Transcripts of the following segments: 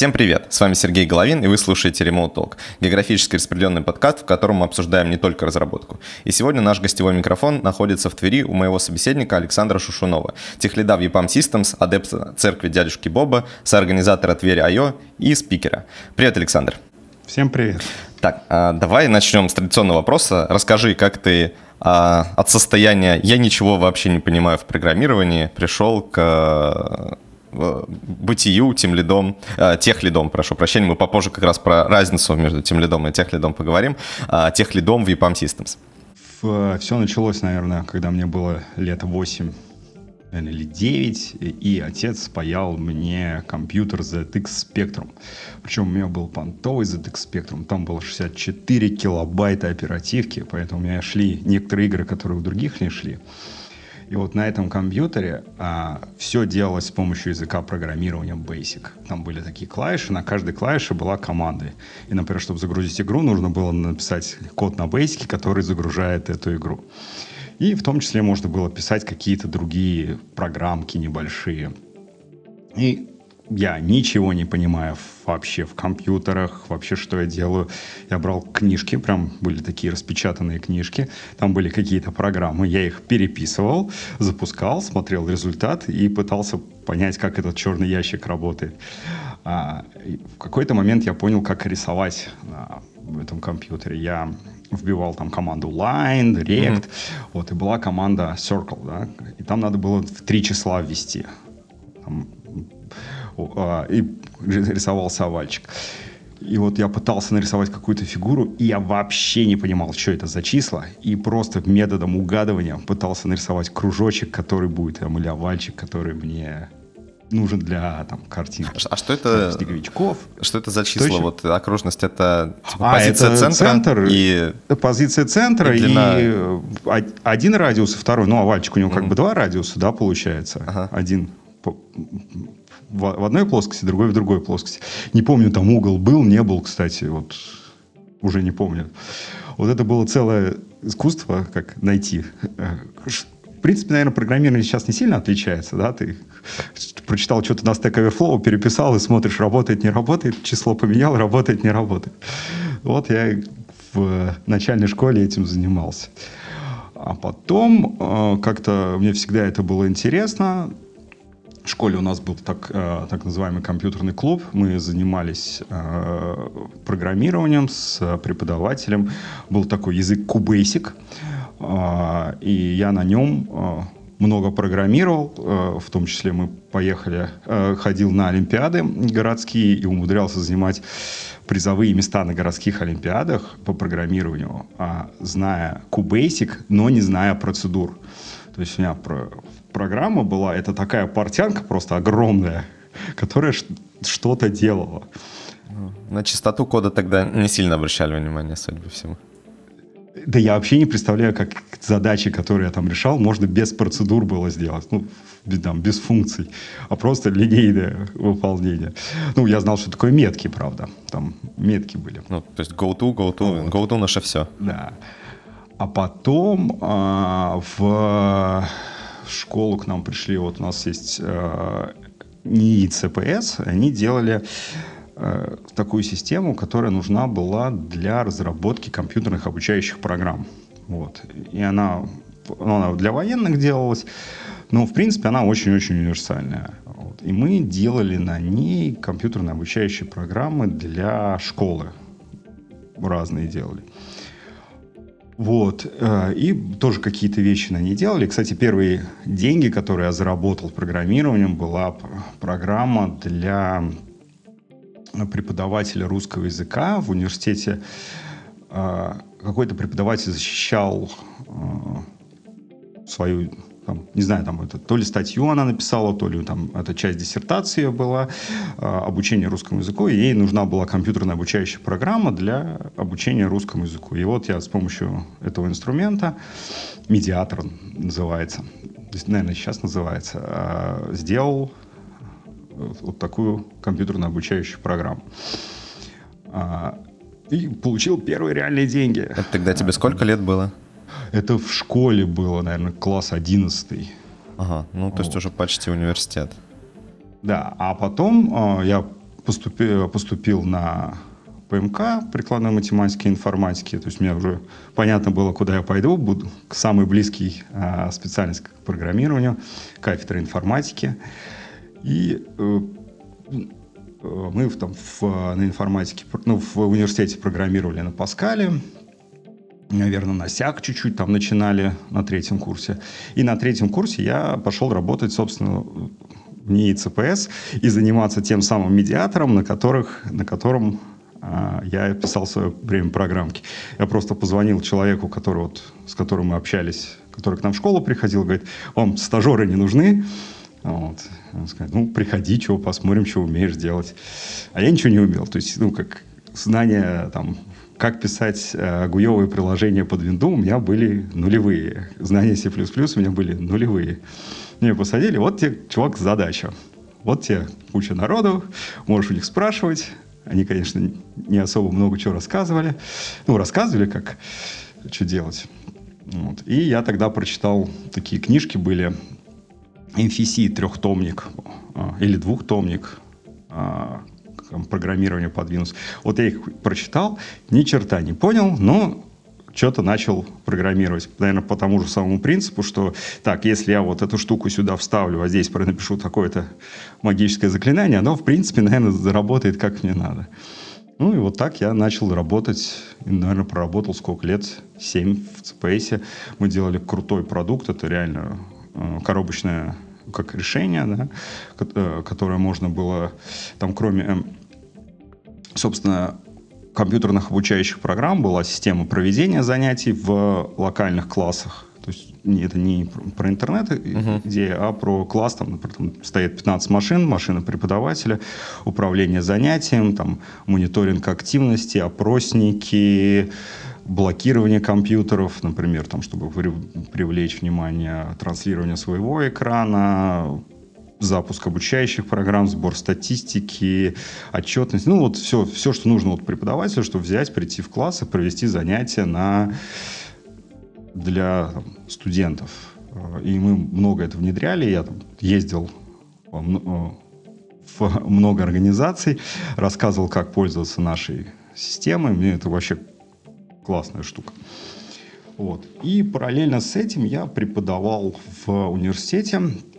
Всем привет! С вами Сергей Головин, и вы слушаете Remote Talk, географически распределенный подкаст, в котором мы обсуждаем не только разработку. И сегодня наш гостевой микрофон находится в Твери у моего собеседника Александра Шушунова, техлида в EPAM Systems, адепта церкви дядюшки Боба, соорганизатора Твери.io и спикера. Привет, Александр! Всем привет! Так, давай начнем с традиционного вопроса. Расскажи, как ты от состояния «я ничего вообще не понимаю в программировании» пришел к бытию, тимлидом, техлидом, прошу прощения, мы попозже как раз про разницу между тимлидом и техлидом поговорим, техлидом в EPAM Systems. Все началось, наверное, когда мне было лет 8 или 9, и отец паял мне компьютер ZX Spectrum. Причем у меня был понтовый ZX Spectrum, там было 64 килобайта оперативки, поэтому у меня шли некоторые игры, которые у других не шли. И вот на этом компьютере все делалось с помощью языка программирования Basic. Там были такие клавиши, на каждой клавише была команда. И, например, чтобы загрузить игру, нужно было написать код на Basic, который загружает эту игру. И в том числе можно было писать какие-то другие программки небольшие. И я ничего не понимаю вообще в компьютерах, вообще, что я делаю. Я брал книжки, прям были такие распечатанные книжки. Там были какие-то программы. Я их переписывал, запускал, смотрел результат и пытался понять, как этот черный ящик работает. И в какой-то момент я понял, как рисовать в этом компьютере. Я вбивал там команду line, rect, вот, и была команда circle, да, и там надо было в 3 числа ввести. И рисовался овальчик. И вот я пытался нарисовать какую-то фигуру, и я вообще не понимал, что это за числа, и просто методом угадывания пытался нарисовать кружочек, который будет, там, или овальчик, который мне нужен для там картинки. А что это? Снеговичков. Что это за числа? Что вот окружность — это типа позиция это центра и позиция центра и длина... и один радиус и второй. Ну, овальчик у него как бы 2 радиуса, да, получается. Один в одной плоскости, другой в другой плоскости. Не помню, там угол был, не был, кстати, вот уже не помню. Вот это было целое искусство, как найти. В принципе, наверное, программирование сейчас не сильно отличается, да, ты прочитал что-то на Stack Overflow, переписал и смотришь, работает, не работает, число поменял, работает, не работает. Вот я в начальной школе этим занимался. А потом как-то мне всегда это было интересно. В школе у нас был так называемый компьютерный клуб. Мы занимались программированием с преподавателем. Был такой язык QBasic. И я на нем много программировал. В том числе мы ходил на олимпиады городские и умудрялся занимать призовые места на городских олимпиадах по программированию, зная QBasic, но не зная процедур. То есть у меня программа была, это такая портянка просто огромная, которая что-то делала. На чистоту кода тогда не сильно обращали внимание, судя по всему. Да я вообще не представляю, как задачи, которые я там решал, можно без процедур было сделать. Ну, без функций, а просто линейное выполнение. Ну, я знал, что такое метки, правда. Там метки были. Ну, то есть go-to наше все. Да. А потом в школу к нам пришли, вот у нас есть НИИ ЦПС, они делали такую систему, которая нужна была для разработки компьютерных обучающих программ. Вот. И она для военных делалась, но, в принципе, она очень-очень универсальная. Вот. И мы делали на ней компьютерные обучающие программы для школы. Разные делали. Вот. И тоже какие-то вещи на ней делали. Кстати, первые деньги, которые я заработал программированием, была программа для преподавателя русского языка в университете. Какой-то преподаватель защищал свою, не знаю, то ли статью она написала, то ли там эта часть диссертации была, обучение русскому языку, и ей нужна была компьютерная обучающая программа для обучения русскому языку. И вот я с помощью этого инструмента, медиатор называется, то есть, наверное, сейчас называется, сделал вот такую компьютерную обучающую программу. И получил первые реальные деньги. Это тогда тебе сколько лет было? Это в школе было, наверное, класс 11. Ага, ну то есть уже почти университет. Да, а потом я поступил на ПМК, прикладной математики и информатики. То есть мне уже понятно было, куда я пойду. Буду самый близкий специальность к программированию, кафедра информатики. И мы на информатике, в университете программировали на Паскале. Наверное, на Сяк чуть-чуть там начинали на 3-м курсе. И на 3-м курсе я пошел работать, собственно, в НИИ ЦПС и заниматься тем самым медиатором, на котором я писал в свое время программки. Я просто позвонил человеку, с которым мы общались, который к нам в школу приходил, говорит: вам стажеры не нужны? Вот. Он сказал: приходи, чего посмотрим, что умеешь делать. А я ничего не умел. То есть, как знания, как писать гуевые приложения под винду у меня были нулевые. Знания C++ у меня были нулевые. Меня посадили: вот тебе, чувак, задача. Вот тебе куча народу, можешь у них спрашивать. Они, конечно, не особо много чего рассказывали. Рассказывали, как, что делать. Вот. И я тогда прочитал, такие книжки были. MFC 3-томник или 2-томник программирования под Windows. Вот я их прочитал, ни черта не понял, но что-то начал программировать. Наверное, по тому же самому принципу, что так, если я вот эту штуку сюда вставлю, а здесь напишу такое-то магическое заклинание, оно, в принципе, наверное, заработает как мне надо. И вот так я начал работать, и, наверное, проработал сколько лет? 7 в ЦПСе. Мы делали крутой продукт, это реально коробочное как решение, да, которое можно было, кроме, собственно, компьютерных обучающих программ, была система проведения занятий в локальных классах. То есть это не про интернет идея, а про класс. Там стоит 15 машин, машина преподавателя, управление занятием, мониторинг активности, опросники, блокирование компьютеров, например, чтобы привлечь внимание, транслирование своего экрана, запуск обучающих программ, сбор статистики, отчетность. Все, что нужно преподавателю, чтобы взять, прийти в класс и провести занятия для студентов. И мы много это внедряли. Я ездил в много организаций, рассказывал, как пользоваться нашей системой. Мне это вообще классная штука. Вот. И параллельно с этим я преподавал в университете.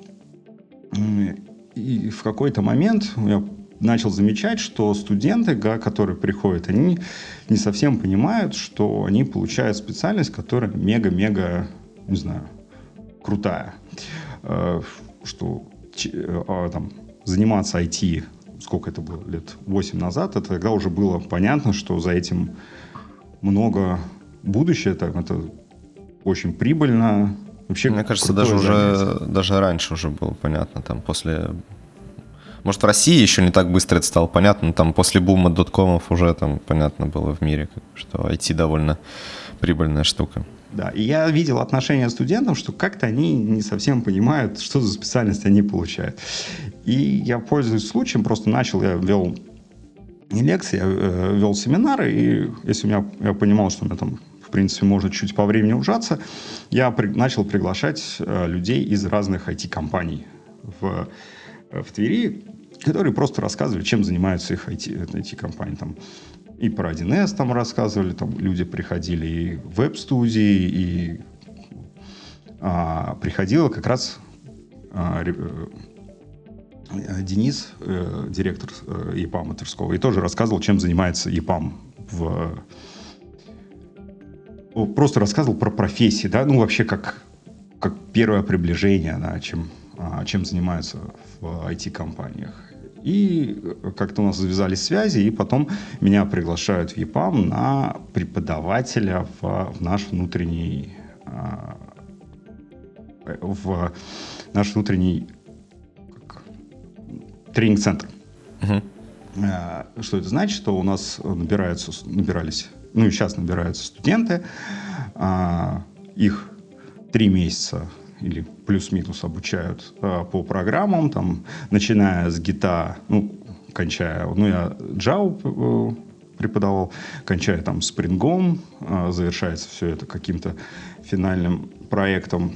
И в какой-то момент я начал замечать, что студенты, которые приходят, они не совсем понимают, что они получают специальность, которая мега-мега, не знаю, крутая. Что заниматься IT, сколько это было, лет 8 назад, это тогда уже было понятно, что за этим много будущее, это очень прибыльно. Вообще, мне кажется, даже раньше уже было понятно, после... Может, в России еще не так быстро это стало понятно, но после бума доткомов уже понятно было в мире, что IT довольно прибыльная штука. Да, и я видел отношение студентов, что как-то они не совсем понимают, что за специальность они получают. И я, пользуясь случаем, просто я вел не лекции, я вел семинары, и если я понимал, что у меня в принципе, можно чуть по времени ужаться, я начал приглашать людей из разных IT-компаний в Твери, которые просто рассказывали, чем занимаются их IT-компании. И про 1С рассказывали, люди приходили, и веб-студии, и приходила как раз Денис, директор EPAM Тверского, и тоже рассказывал, чем занимается EPAM просто рассказывал про профессии, да, вообще как первое приближение, да, чем занимаются в IT-компаниях. И как-то у нас завязались связи, и потом меня приглашают в EPAM на преподавателя в наш внутренний тренинг-центр. Что это значит? Что у нас набирались, и сейчас набираются студенты, их 3 месяца или плюс-минус обучают по программам, начиная с гита, кончая, я Java преподавал, кончая спрингом, завершается все это каким-то финальным проектом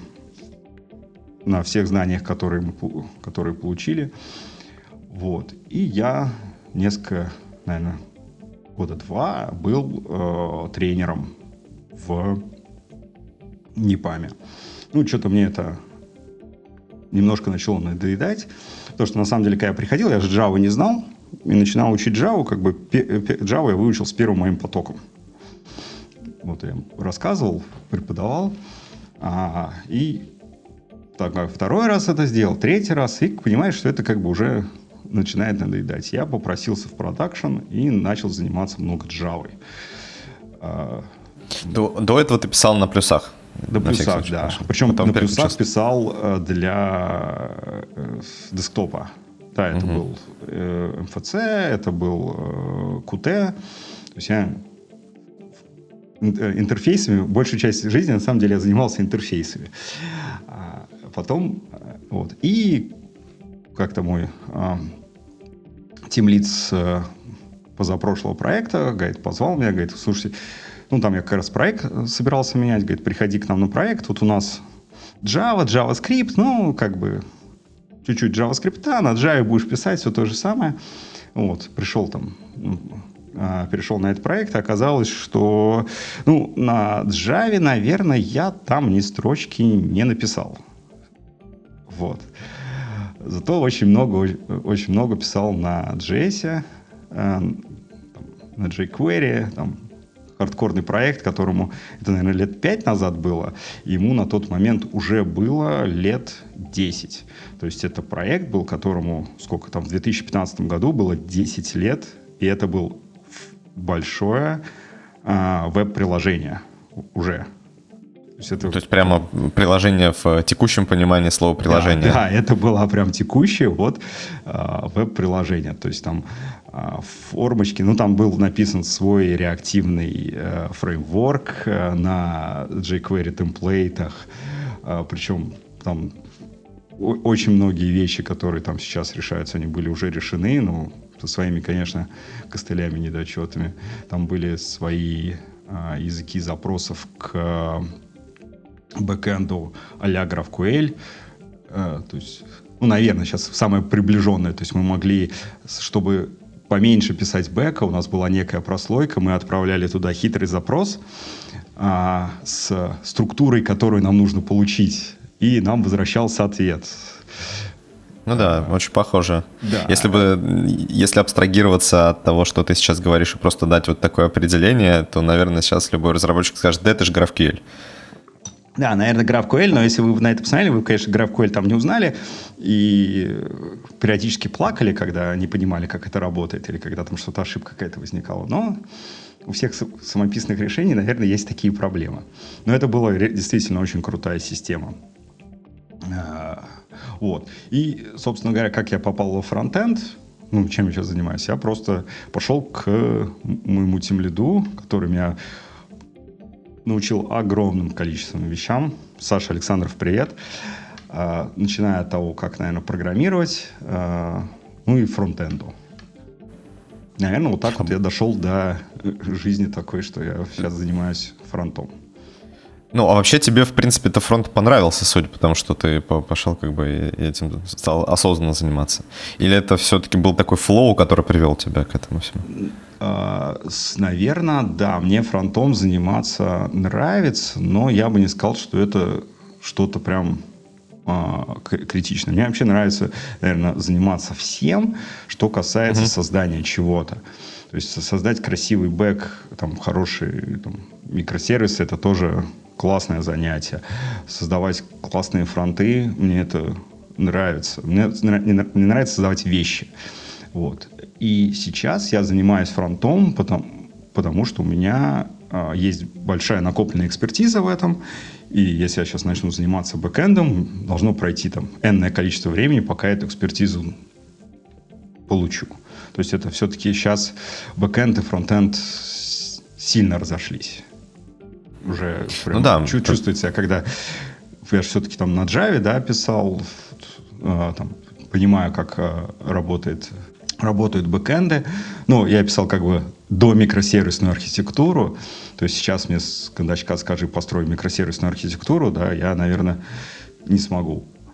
на всех знаниях, которые получили. Вот. И я несколько, наверное, года 2 был тренером в НИПАМе. Ну, что-то мне это немножко начало надоедать, потому что, на самом деле, когда я приходил, я же Java не знал, и начинал учить Java, как бы Java я выучил с первым моим потоком. Вот я рассказывал, преподавал, и так, второй раз это сделал, третий раз, и понимаешь, что это как бы уже начинает надоедать. Я попросился в продакшн и начал заниматься много Java. До этого ты писал на плюсах? На плюсах, да. Конечно. Причем потом на плюсах писал для десктопа. Да, это был МФЦ, это был Qt. То есть я интерфейсами, большую часть жизни, на самом деле, я занимался интерфейсами. Потом, вот. И как-то мой тимлид с позапрошлого проекта, говорит, позвал меня, говорит, слушайте, ну, там я как раз проект собирался менять, говорит, приходи к нам на проект, вот у нас Java, JavaScript, ну, как бы чуть-чуть JavaScript, на Java будешь писать все то же самое. Вот, перешел на этот проект, и оказалось, что, ну, на Java, наверное, я там ни строчки не написал. Вот. Зато очень много писал на JS, на jQuery, там, хардкорный проект, которому это, наверное, лет 5 назад было, ему на тот момент уже было лет 10. То есть это проект был, которому, сколько там, в 2015 году было 10 лет, и это было большое веб-приложение уже. То есть прямо приложение в текущем понимании слова приложение. Да, это было прям текущее веб-приложение. То есть там формочки, ну там был написан свой реактивный фреймворк на jQuery темплейтах. Причем там очень многие вещи, которые там сейчас решаются, они были уже решены, но со своими, конечно, костылями, недочетами. Там были свои языки запросов к бэкэнду а-ля GraphQL. То есть, ну, наверное, сейчас самое приближенное. То есть мы могли, чтобы поменьше писать бэка, у нас была некая прослойка, мы отправляли туда хитрый запрос с структурой, которую нам нужно получить, и нам возвращался ответ. Ну да, очень похоже. Да. Если абстрагироваться от того, что ты сейчас говоришь, и просто дать вот такое определение, то, наверное, сейчас любой разработчик скажет, да это же GraphQL. Да, наверное, GraphQL, но если вы на это посмотрели, вы, конечно, GraphQL там не узнали и периодически плакали, когда не понимали, как это работает, или когда там что-то ошибка какая-то возникала. Но у всех самописных решений, наверное, есть такие проблемы. Но это была действительно очень крутая система. Вот. И, собственно говоря, как я попал во фронтенд, ну, чем я сейчас занимаюсь, я просто пошел к моему тимлиду, который меня научил огромным количеством вещам. Саша Александров, привет. Начиная от того, как, наверное, программировать, ну и фронтенду. Наверное, вот так вот я дошел до жизни такой, что я сейчас занимаюсь фронтом. Ну, а вообще тебе, в принципе-то, фронт понравился, судя по тому, что ты пошел как бы и этим стал осознанно заниматься? Или это все-таки был такой флоу, который привел тебя к этому всему? Наверное, да, мне фронтом заниматься нравится, но я бы не сказал, что это что-то прям критичное. Мне вообще нравится, наверное, заниматься всем, что касается создания чего-то. То есть создать красивый бэк, там, хороший там, микросервисы, это тоже классное занятие. Создавать классные фронты, мне это нравится. Мне нравится создавать вещи. Вот. И сейчас я занимаюсь фронтом, потому что у меня есть большая накопленная экспертиза в этом. И если я сейчас начну заниматься бэкэндом, должно пройти там энное количество времени, пока я эту экспертизу получу. То есть это все-таки сейчас бэкэнд и фронтенд сильно разошлись. Уже прям чувствует себя, когда я же все-таки там на Java, да, писал, там, понимаю, как работают бэкэнды. Ну, я писал как бы до микросервисную архитектуру. То есть сейчас мне с кондачка скажи, построй микросервисную архитектуру, да, я, наверное, не смогу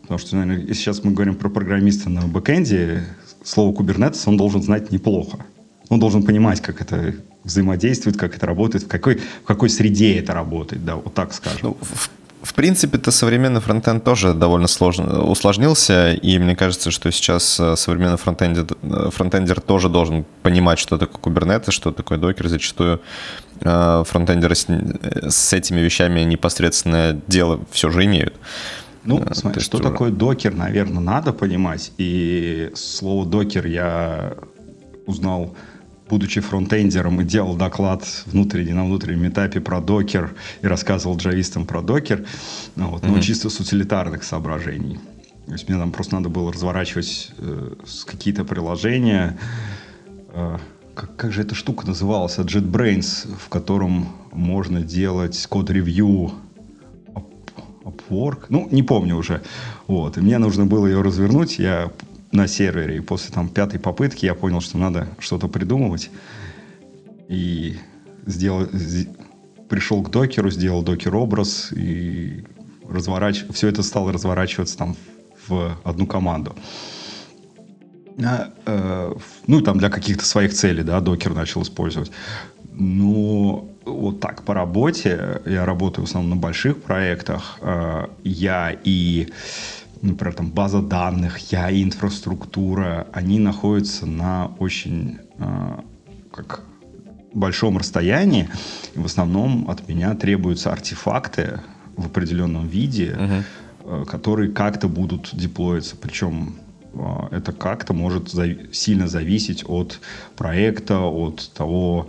Потому что, наверное, если сейчас мы говорим про программиста на бэкэнде, слово Kubernetes он должен знать неплохо. Он должен понимать, как это взаимодействует, как это работает, в какой среде это работает, да, вот так скажем. Ну, в принципе-то современный фронтенд тоже довольно сложно усложнился, и мне кажется, что сейчас современный фронтендер тоже должен понимать, что такое Kubernetes, что такое докер. Зачастую фронтендеры с этими вещами непосредственное дело все же имеют. Ну, смотри, что такое докер, наверное, надо понимать. И слово докер я узнал, будучи фронтендером, и делал доклад на внутреннем этапе про докер и рассказывал джавистам про докер, но чисто с утилитарных соображений. То есть мне там просто надо было разворачивать какие-то приложения. Как же эта штука называлась? JetBrains, в котором можно делать код-ревью. Upwork? Ну, не помню уже. Вот. И мне нужно было ее развернуть. Я на сервере. И после там 5-й попытки я понял, что надо что-то придумывать. И пришел к докеру, сделал докер-образ, и все это стало разворачиваться там в одну команду. Ну, там для каких-то своих целей, да, докер начал использовать. Но вот так по работе, я работаю в основном на больших проектах, я и, например, там база данных, я и инфраструктура, они находятся на очень большом расстоянии, и в основном от меня требуются артефакты в определенном виде, которые как-то будут деплоиться, причем это как-то может сильно зависеть от проекта, от того,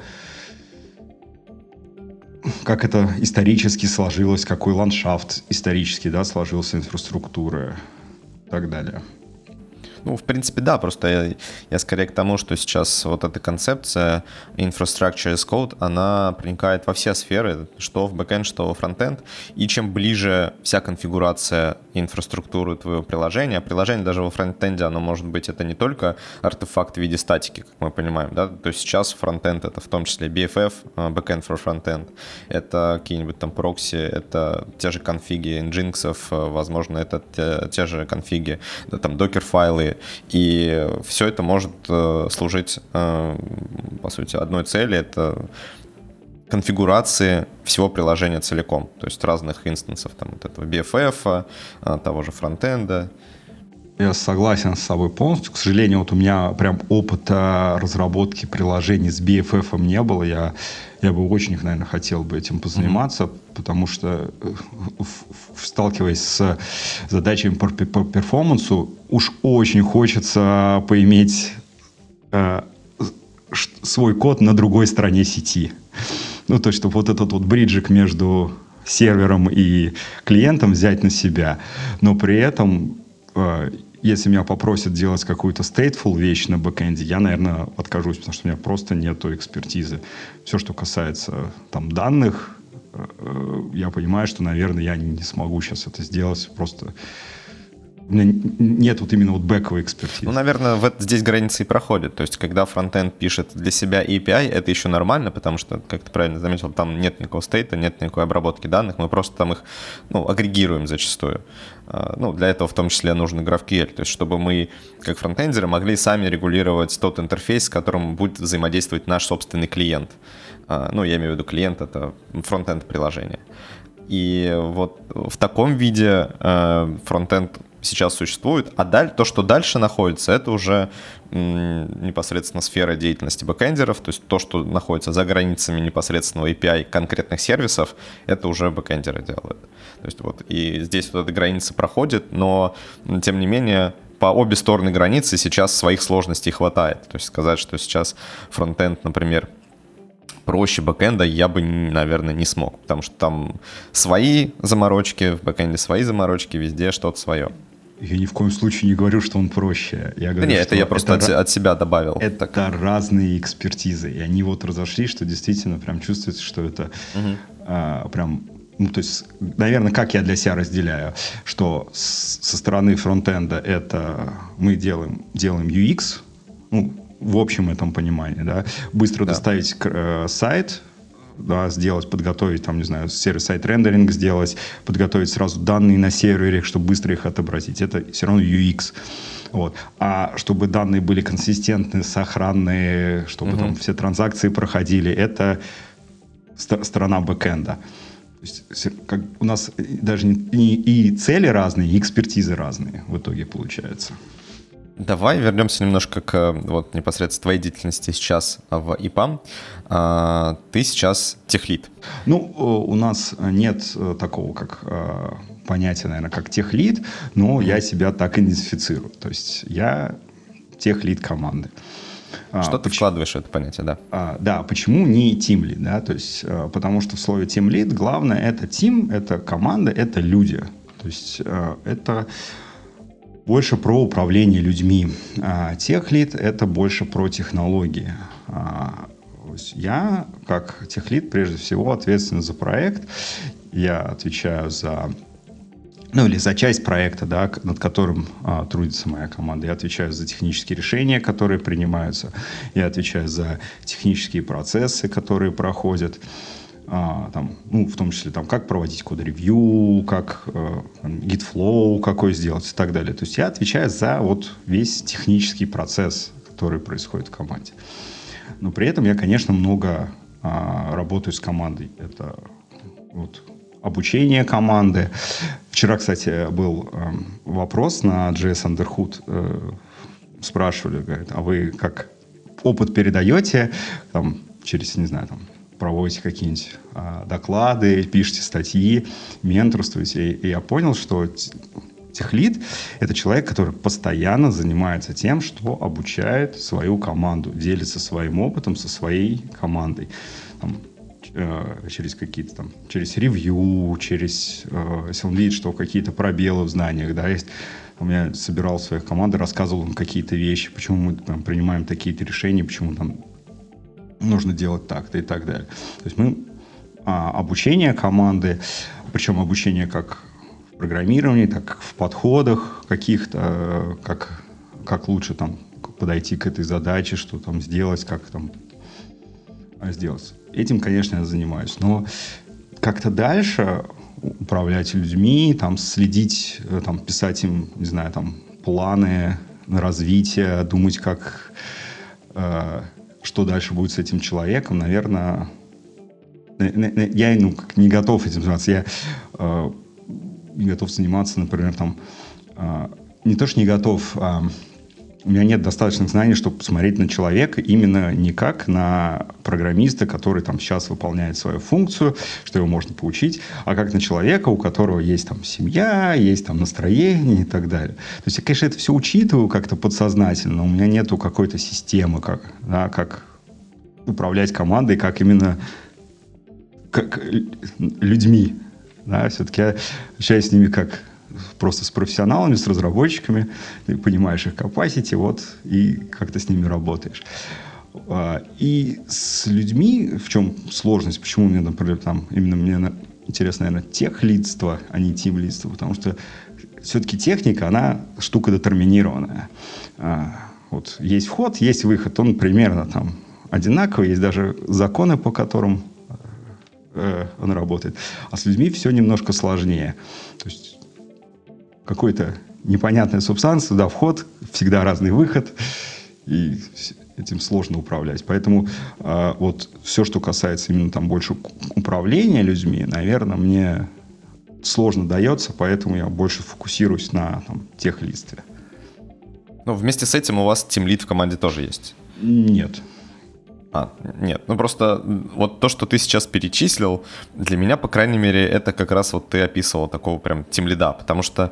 как это исторически сложилось, какой ландшафт исторически, да, сложился, инфраструктура и так далее. Ну, в принципе, да, просто я скорее к тому, что сейчас вот эта концепция Infrastructure as Code, она проникает во все сферы, что в бэкэнд, что во фронтенд, и чем ближе вся конфигурация инфраструктуры твоего приложения, приложение даже во фронтенде, оно может быть, это не только артефакт в виде статики, как мы понимаем, да, то есть сейчас фронтенд это в том числе BFF, Backend for Frontend, это какие-нибудь там прокси, это те же конфиги Nginx, возможно, это те же конфиги, да, там докер-файлы, и все это может служить, по сути, одной цели, это конфигурации всего приложения целиком, то есть разных инстансов там, вот этого BFF, того же фронтенда. Я согласен с собой полностью. К сожалению, вот у меня прям опыта разработки приложений с BFF не было. Я бы очень, наверное, хотел бы этим позаниматься, потому что, сталкиваясь с задачами по перформансу, уж очень хочется поиметь свой код на другой стороне сети. Ну, то есть, чтобы вот этот вот бриджик между сервером и клиентом взять на себя, но при этом если меня попросят делать какую-то stateful вещь на бэкэнде, я, наверное, откажусь, потому что у меня просто нету экспертизы. Все, что касается там данных, я понимаю, что, наверное, я не смогу сейчас это сделать. Просто у меня нет вот именно вот бэковой экспертизы. Ну, наверное, здесь границы и проходят. То есть, когда фронтенд пишет для себя API, это еще нормально, потому что, как ты правильно заметил, там нет никакого стейта, нет никакой обработки данных, мы просто там их агрегируем зачастую. Ну, для этого в том числе нужен GraphQL, то есть чтобы мы, как фронтендеры, могли сами регулировать тот интерфейс, с которым будет взаимодействовать наш собственный клиент. Ну, я имею в виду клиент, это фронтенд приложения. И вот в таком виде фронтенд сейчас существует, а то, что дальше находится, это уже непосредственно сфера деятельности бэкэндеров, то есть то, что находится за границами непосредственного API конкретных сервисов, это уже бэкэндеры делают. То есть вот и здесь вот эта граница проходит, но тем не менее по обе стороны границы сейчас своих сложностей хватает. То есть сказать, что сейчас фронтенд, например, проще бэкэнда я бы, наверное, не смог, потому что там свои заморочки, в бэкэнде свои заморочки, везде что-то свое. Я ни в коем случае не говорю, что он проще. Я говорю, нет, это я просто от себя добавил. Это разные экспертизы, и они вот разошлись, что действительно прям чувствуется, что это прям... Ну, то есть, наверное, как я для себя разделяю, что со стороны фронтенда это мы делаем UX, ну, в общем этом понимании, да, быстро доставить сайт, да, сделать, подготовить, там, не знаю, сервер-сайд рендеринг сделать, подготовить сразу данные на сервере, чтобы быстро их отобразить. Это все равно UX. Вот. А чтобы данные были консистентны, сохранные, чтобы там все транзакции проходили, это сторона бэкэнда. То есть как у нас даже и цели разные, и экспертизы разные в итоге получается. Давай вернемся немножко к вот непосредственно твоей деятельности сейчас в EPAM. Ты сейчас техлид. Ну, у нас нет такого понятия, наверное, как техлид, но я себя так идентифицирую. То есть я техлид команды. Что ты вкладываешь в это понятие, да? Да, почему не тимлид, да? То есть, потому что в слове тимлид главное это тим, это команда, это люди. То есть это больше про управление людьми. Техлид это больше про технологии. Я, как техлид, прежде всего ответственен за проект. Я отвечаю за или за часть проекта, да, над которым трудится моя команда. Я отвечаю за технические решения, которые принимаются. Я отвечаю за технические процессы, которые проходят. В том числе, как проводить код-ревью, как git-flow какой сделать и так далее. То есть я отвечаю за весь технический процесс, который происходит в команде. Но при этом я, конечно, много работаю с командой. Это обучение команды. Вчера, кстати, был вопрос на JS Underhood. Спрашивали, говорят, а вы как опыт передаете через, не знаю, проводите какие-нибудь доклады, пишете статьи, менторствуете. И я понял, что техлид — это человек, который постоянно занимается тем, что обучает свою команду, делится своим опытом со своей командой. Через какие-то через ревью, если он видит, что какие-то пробелы в знаниях, да, есть. Я собирал своих команд, рассказывал им какие-то вещи, почему мы принимаем такие-то решения, почему нужно делать так-то и так далее. То есть мы обучение команды, причем обучение как в программировании, так и в подходах каких-то, как лучше подойти к этой задаче, что сделать, как сделать. Этим, конечно, я занимаюсь. Но как-то дальше управлять людьми, следить, писать им, не знаю, планы на развитие, думать, что дальше будет с этим человеком, наверное, я не готов этим заниматься. Я не готов заниматься, например, не то, что не готов, у меня нет достаточных знаний, чтобы посмотреть на человека именно не как на программиста, который сейчас выполняет свою функцию, что его можно поучить, а как на человека, у которого есть семья, есть настроение и так далее. То есть я, конечно, это все учитываю как-то подсознательно, но у меня нету какой-то системы, как управлять командой, как именно как людьми. Да? Все-таки я общаюсь с ними как просто с профессионалами, с разработчиками, ты понимаешь их capacity, и как-то с ними работаешь. И с людьми, в чем сложность, почему мне, например, мне интересно, наверное, техлидство, а не тимлидство, потому что все-таки техника, она штука детерминированная. Есть вход, есть выход, он примерно одинаковый, есть даже законы, по которым он работает. А с людьми все немножко сложнее. То есть какой-то непонятная субстанция, да, вход, всегда разный выход, и этим сложно управлять. Поэтому все, что касается именно больше управления людьми, наверное, мне сложно дается, поэтому я больше фокусируюсь на техлидстве. Ну, вместе с этим у вас тимлид в команде тоже есть? Нет. Нет, просто то, что ты сейчас перечислил, для меня, по крайней мере, это как раз ты описывал такого прям тимлида, потому что,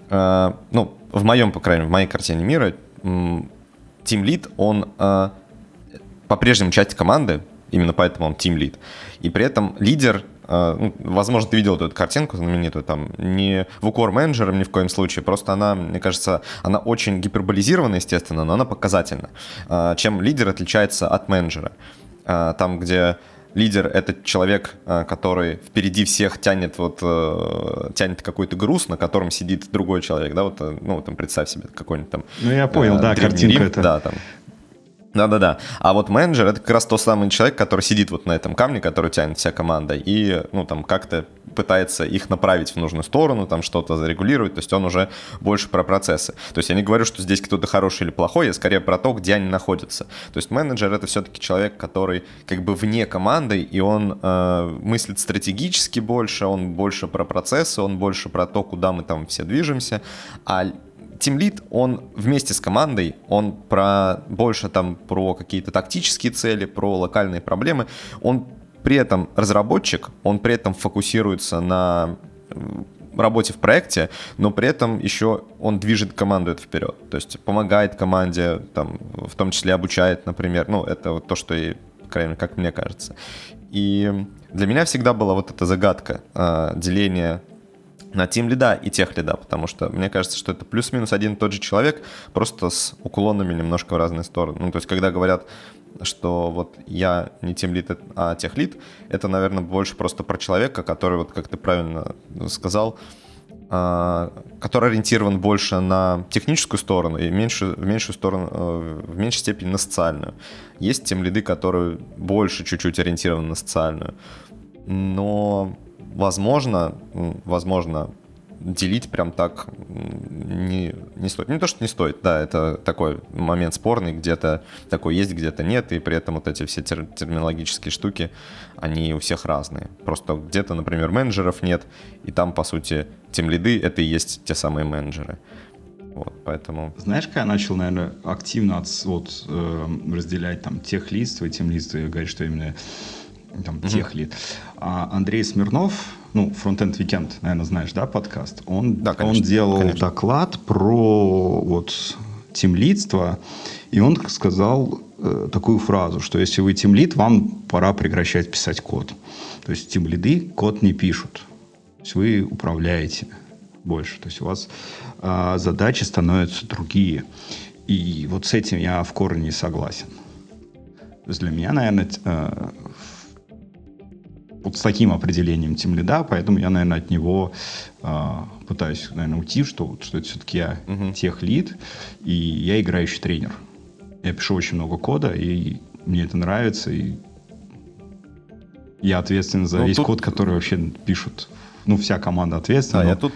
в моем, по крайней мере, в моей картине мира, тимлид, он по-прежнему часть команды, именно поэтому он тимлид, и при этом лидер, возможно, ты видел эту картинку знаменитую, не в укор менеджерам ни в коем случае, просто она, мне кажется, она очень гиперболизирована, естественно, но она показательна. Чем лидер отличается от менеджера? Там, где лидер — это человек, который впереди всех тянет какой-то груз, на котором сидит другой человек, да, представь себе какой-нибудь я понял, да, Древний картинка Рим, это. да, Да-да-да. А вот менеджер — это как раз тот самый человек, который сидит вот на этом камне, который тянет вся команда, и, ну, там, как-то пытается их направить в нужную сторону, там, что-то зарегулировать, то есть он уже больше про процессы. То есть я не говорю, что здесь кто-то хороший или плохой, я скорее про то, где они находятся. То есть менеджер — это все-таки человек, который как бы вне команды, и он мыслит стратегически больше, он больше про процессы, он больше про то, куда мы там все движемся, а тимлид, он вместе с командой, он больше там про какие-то тактические цели, про локальные проблемы. Он при этом разработчик, он при этом фокусируется на работе в проекте, но при этом еще он движет команду это вперед. То есть помогает команде, там, в том числе обучает, например. Ну, это вот то, что, как мне кажется. И для меня всегда была вот эта загадка деления на тимлида и техлида, потому что мне кажется, что это плюс-минус один и тот же человек, просто с уклонами немножко в разные стороны. Ну, то есть, когда говорят, что вот я не тимлид, а техлид, это, наверное, больше просто про человека, который, вот как ты правильно сказал, который ориентирован больше на техническую сторону и в меньшей степени на социальную. Есть тимлиды, которые больше чуть-чуть ориентированы на социальную, но возможно, делить прям так не стоит. Не то, что не стоит, да, это такой момент спорный, где-то такой есть, где-то нет, и при этом вот эти все терминологические штуки, они у всех разные. Просто где-то, например, менеджеров нет, и там, по сути, тимлиды — это и есть те самые менеджеры. Вот, поэтому... Знаешь, когда я начал, наверное, активно разделять там техлидство и тимлидство, и говорить, что именно там техлид. А Андрей Смирнов, ну, Frontend Weekend, наверное, знаешь, да, подкаст? Он делал доклад про вот тимлидство, и он сказал такую фразу, что если вы тимлид, вам пора прекращать писать код. То есть тимлиды код не пишут. То есть вы управляете больше. То есть у вас задачи становятся другие. И вот с этим я в корне не согласен. То есть для меня, наверное, вот с таким определением тимлида, поэтому я, наверное, от него пытаюсь, наверное, уйти, что это все-таки я техлид, и я играющий тренер. Я пишу очень много кода, и мне это нравится, и я ответственен за весь код, который вообще пишут. Ну, вся команда ответственна. Да,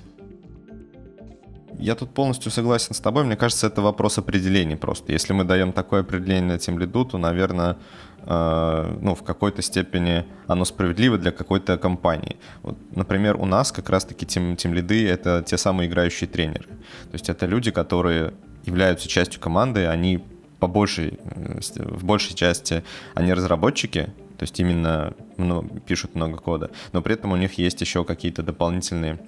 я тут полностью согласен с тобой. Мне кажется, это вопрос определения просто. Если мы даем такое определение тимлиду, то, наверное, в какой-то степени оно справедливо для какой-то компании. Вот, например, у нас как раз-таки тимлиды — это те самые играющие тренеры. То есть это люди, которые являются частью команды, они в большей части они разработчики, то есть именно пишут много кода, но при этом у них есть еще какие-то дополнительные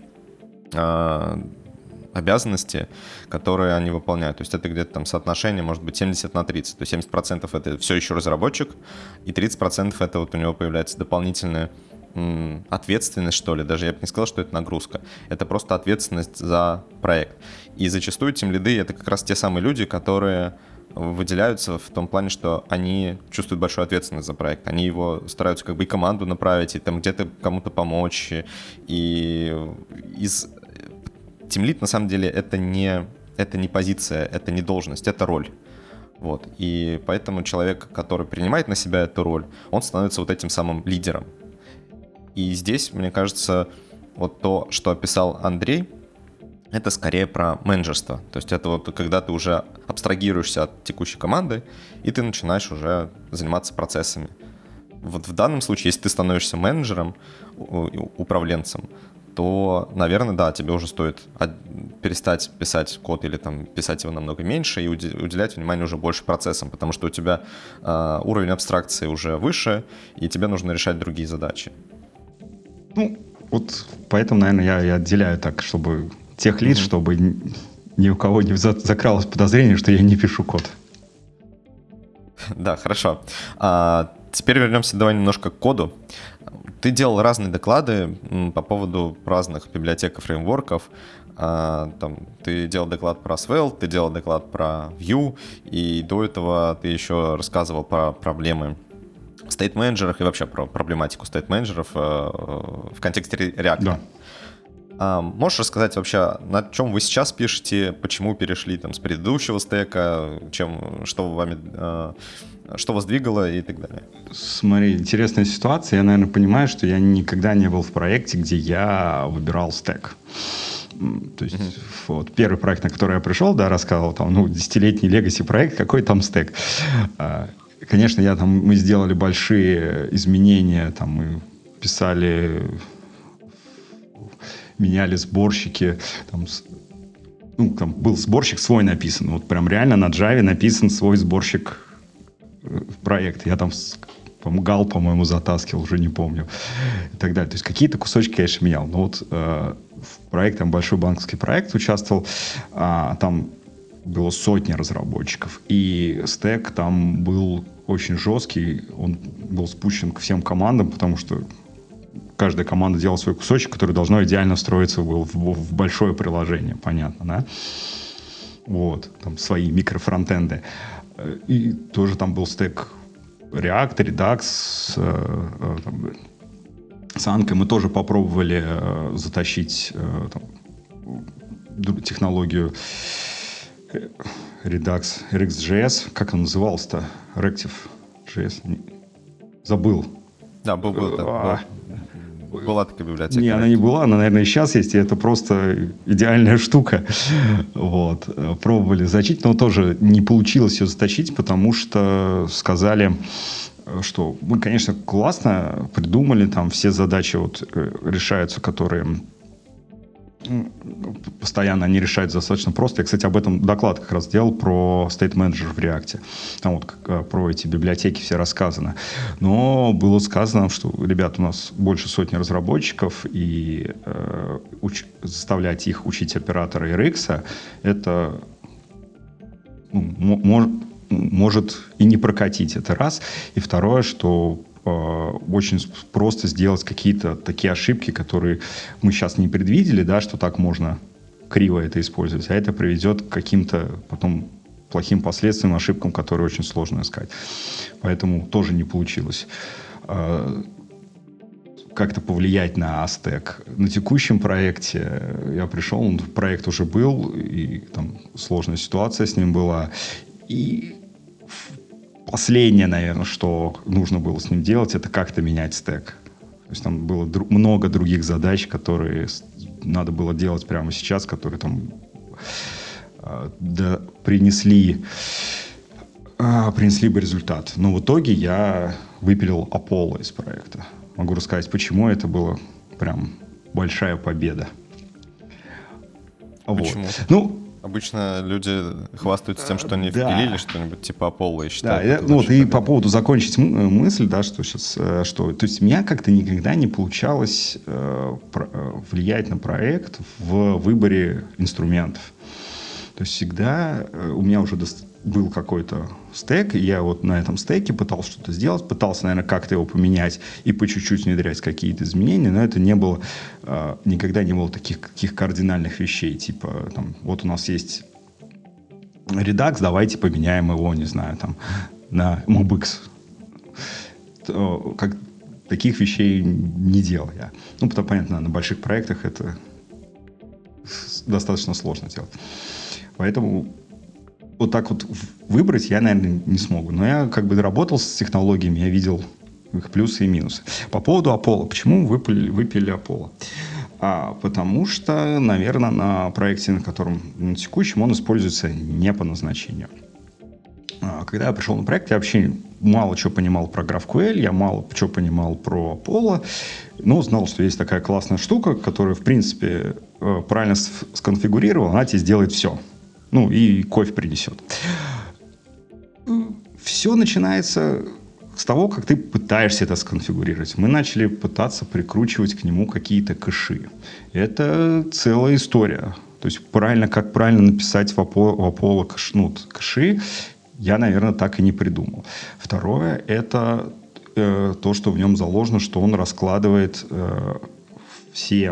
обязанности, которые они выполняют. То есть это где-то там соотношение может быть 70/30. То есть 70% это все еще разработчик, и 30% это вот у него появляется дополнительная ответственность, что ли. Даже я бы не сказал, что это нагрузка. Это просто ответственность за проект. И зачастую тимлиды — это как раз те самые люди, которые выделяются в том плане, что они чувствуют большую ответственность за проект. Они его стараются как бы и команду направить, и там где-то кому-то помочь. И тимлид, на самом деле, это не позиция, это не должность, это роль. Вот. И поэтому человек, который принимает на себя эту роль, он становится вот этим самым лидером. И здесь, мне кажется, вот то, что описал Андрей, это скорее про менеджерство. То есть это вот когда ты уже абстрагируешься от текущей команды, и ты начинаешь уже заниматься процессами. Вот в данном случае, если ты становишься менеджером, управленцем, то, наверное, да, тебе уже стоит перестать писать код или там писать его намного меньше и уделять внимание уже больше процессам, потому что у тебя уровень абстракции уже выше, и тебе нужно решать другие задачи. Ну, вот поэтому, наверное, я отделяю так, чтобы техлид, чтобы ни у кого не закралось подозрение, что я не пишу код. Да, хорошо. Теперь вернемся давай немножко к коду. Ты делал разные доклады по поводу разных библиотек и фреймворков. Ты делал доклад про Svelte, ты делал доклад про Vue, и до этого ты еще рассказывал про проблемы в стейт-менеджерах и вообще про проблематику стейт-менеджеров в контексте React. Да. А можешь рассказать вообще, на чем вы сейчас пишете, почему перешли там с предыдущего стека, что вас двигало и так далее? Смотри, интересная ситуация. Я, наверное, понимаю, что я никогда не был в проекте, где я выбирал стек. То есть вот первый проект, на который я пришел, да, рассказывал, там, 10-летний legacy проект, какой там стек. Конечно, мы сделали большие изменения, там мы меняли сборщики, там был сборщик свой написан, вот прям реально на Java написан свой сборщик проект. Я там гал, по-моему, затаскивал, уже не помню, и так далее. То есть какие-то кусочки, конечно, менял. Но вот в проекте, там большой банковский проект участвовал, там было сотни разработчиков, и стек там был очень жесткий, он был спущен к всем командам, потому что каждая команда делала свой кусочек, который должно идеально встроиться в большое приложение, понятно, да? Вот, там свои микрофронтенды. И тоже там был стек React, Redux, с Анкой мы тоже попробовали затащить технологию Redux, RxJS, как он назывался-то? Reactive.js? Забыл. Да, была такая библиотека. Не, она не была, она, наверное, и сейчас есть, и это просто идеальная штука. Вот. Пробовали заточить, но тоже не получилось ее заточить, потому что сказали, что мы, конечно, классно придумали, там все задачи решаются, которые постоянно они решаются достаточно просто. Я, кстати, об этом доклад как раз делал про State Manager в React. Там про эти библиотеки все рассказано. Но было сказано, что, ребят, у нас больше сотни разработчиков, и заставлять их учить операторы RX, это может и не прокатить. Это раз. И второе, что очень просто сделать какие-то такие ошибки, которые мы сейчас не предвидели, да, что так можно криво это использовать, а это приведет к каким-то потом плохим последствиям, ошибкам, которые очень сложно искать. Поэтому тоже не получилось как-то повлиять на стек. На текущем проекте я пришел, проект уже был, и там сложная ситуация с ним была, и последнее, наверное, что нужно было с ним делать, это как-то менять стек. То есть там было много других задач, которые надо было делать прямо сейчас, которые там принесли бы результат. Но в итоге я выпилил Apollo из проекта. Могу рассказать, почему это была прям большая победа. Почему? Вот. Обычно люди хвастаются тем, что они впилили что-нибудь типа Apollo и считают. Да, и по поводу закончить мысль, да, что сейчас, то есть у меня как-то никогда не получалось влиять на проект в выборе инструментов. То есть всегда у меня уже был какой-то стек, и я вот на этом стеке пытался что-то сделать, пытался, наверное, как-то его поменять и по чуть-чуть внедрять какие-то изменения, но это никогда не было таких кардинальных вещей, типа, там, вот у нас есть Redux, давайте поменяем его, не знаю, там, на MobX. Таких вещей не делал я. Потому, понятно, на больших проектах это достаточно сложно делать. Поэтому вот так вот выбрать я, наверное, не смогу. Но я работал с технологиями, я видел их плюсы и минусы. По поводу Apollo. Почему выпили Apollo? Потому что, наверное, на проекте, на текущем, он используется не по назначению. Когда я пришел на проект, я вообще мало чего понимал про GraphQL, я мало чего понимал про Apollo, но знал, что есть такая классная штука, которая, в принципе, правильно сконфигурировала, она тебе сделает все. И кофе принесет. Все начинается с того, как ты пытаешься это сконфигурировать. Мы начали пытаться прикручивать к нему какие-то кэши. Это целая история. То есть как правильно написать в Apollo кэши, я, наверное, так и не придумал. Второе, это то, что в нем заложено, что он раскладывает все...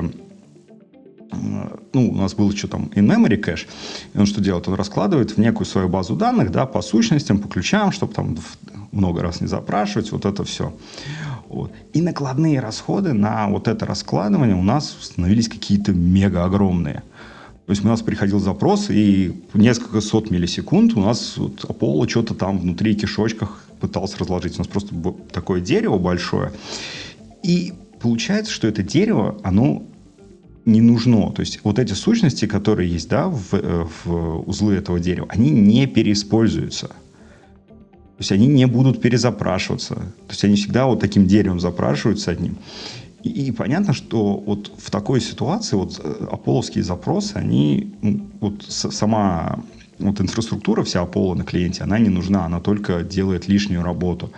у нас был еще там in-memory кэш. И он что делает? Он раскладывает в некую свою базу данных, да, по сущностям, по ключам, чтобы там много раз не запрашивать, вот это все. Вот. И накладные расходы на вот это раскладывание у нас становились какие-то мега огромные. То есть у нас приходил запрос, и несколько сот миллисекунд у нас вот Apollo что-то там внутри кишочках пытался разложить. У нас просто такое дерево большое. И получается, что это дерево, оно не нужно. То есть вот эти сущности, которые есть, да, в узлы этого дерева, они не переиспользуются. То есть они не будут перезапрашиваться. То есть они всегда вот таким деревом запрашиваются одним. И понятно, что вот в такой ситуации вот аполловские запросы, они, вот сама вот инфраструктура вся Apollo на клиенте, она не нужна, она только делает лишнюю работу.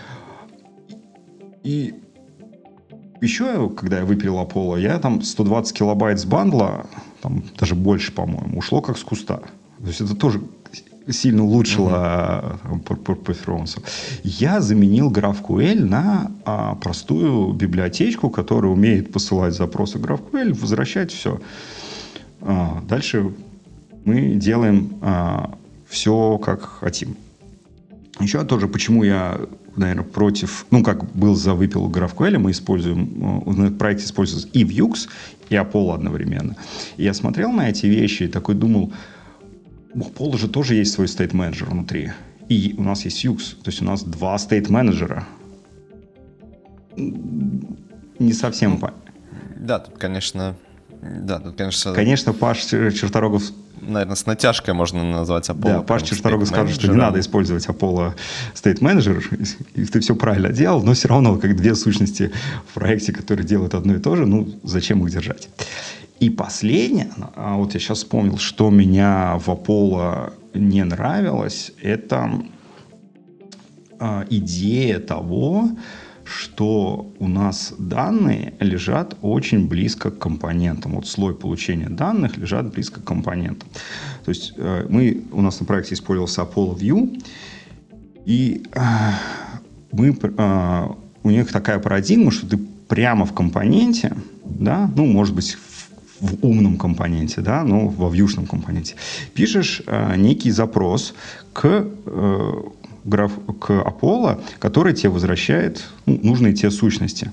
И еще, когда я выпилил Apollo, я там 120 килобайт с бандла, там даже больше, по-моему, ушло как с куста. То есть это тоже сильно улучшило перформанс. Я заменил GraphQL на простую библиотечку, которая умеет посылать запросы GraphQL, возвращать все. Дальше мы делаем все как хотим. Еще тоже, почему я, наверное, против, как был за выпил GraphQL, мы используем, в проекте используется и Vue, и Apollo одновременно. И я смотрел на эти вещи и такой думал, у Apollo же тоже есть свой state manager внутри. И у нас есть Vue, то есть у нас два state менеджера. Не совсем... Да, тут, конечно... Конечно, Паш Черторогов... Наверное, с натяжкой можно назвать Apollo. Да, Паш Черторогов скажет, что не надо использовать Apollo State Manager, и ты все правильно делал, но все равно, как две сущности в проекте, которые делают одно и то же, зачем их держать? И последнее, вот я сейчас вспомнил, что меня в Apollo не нравилось, это идея того, что у нас данные лежат очень близко к компонентам. Вот слой получения данных лежат близко к компонентам. То есть у нас на проекте использовался Apollo View, и у них такая парадигма, что ты прямо в компоненте, да, может быть, в умном компоненте, да, но во вьюшном компоненте, пишешь некий запрос к Apollo, который тебе возвращает нужные тебе сущности.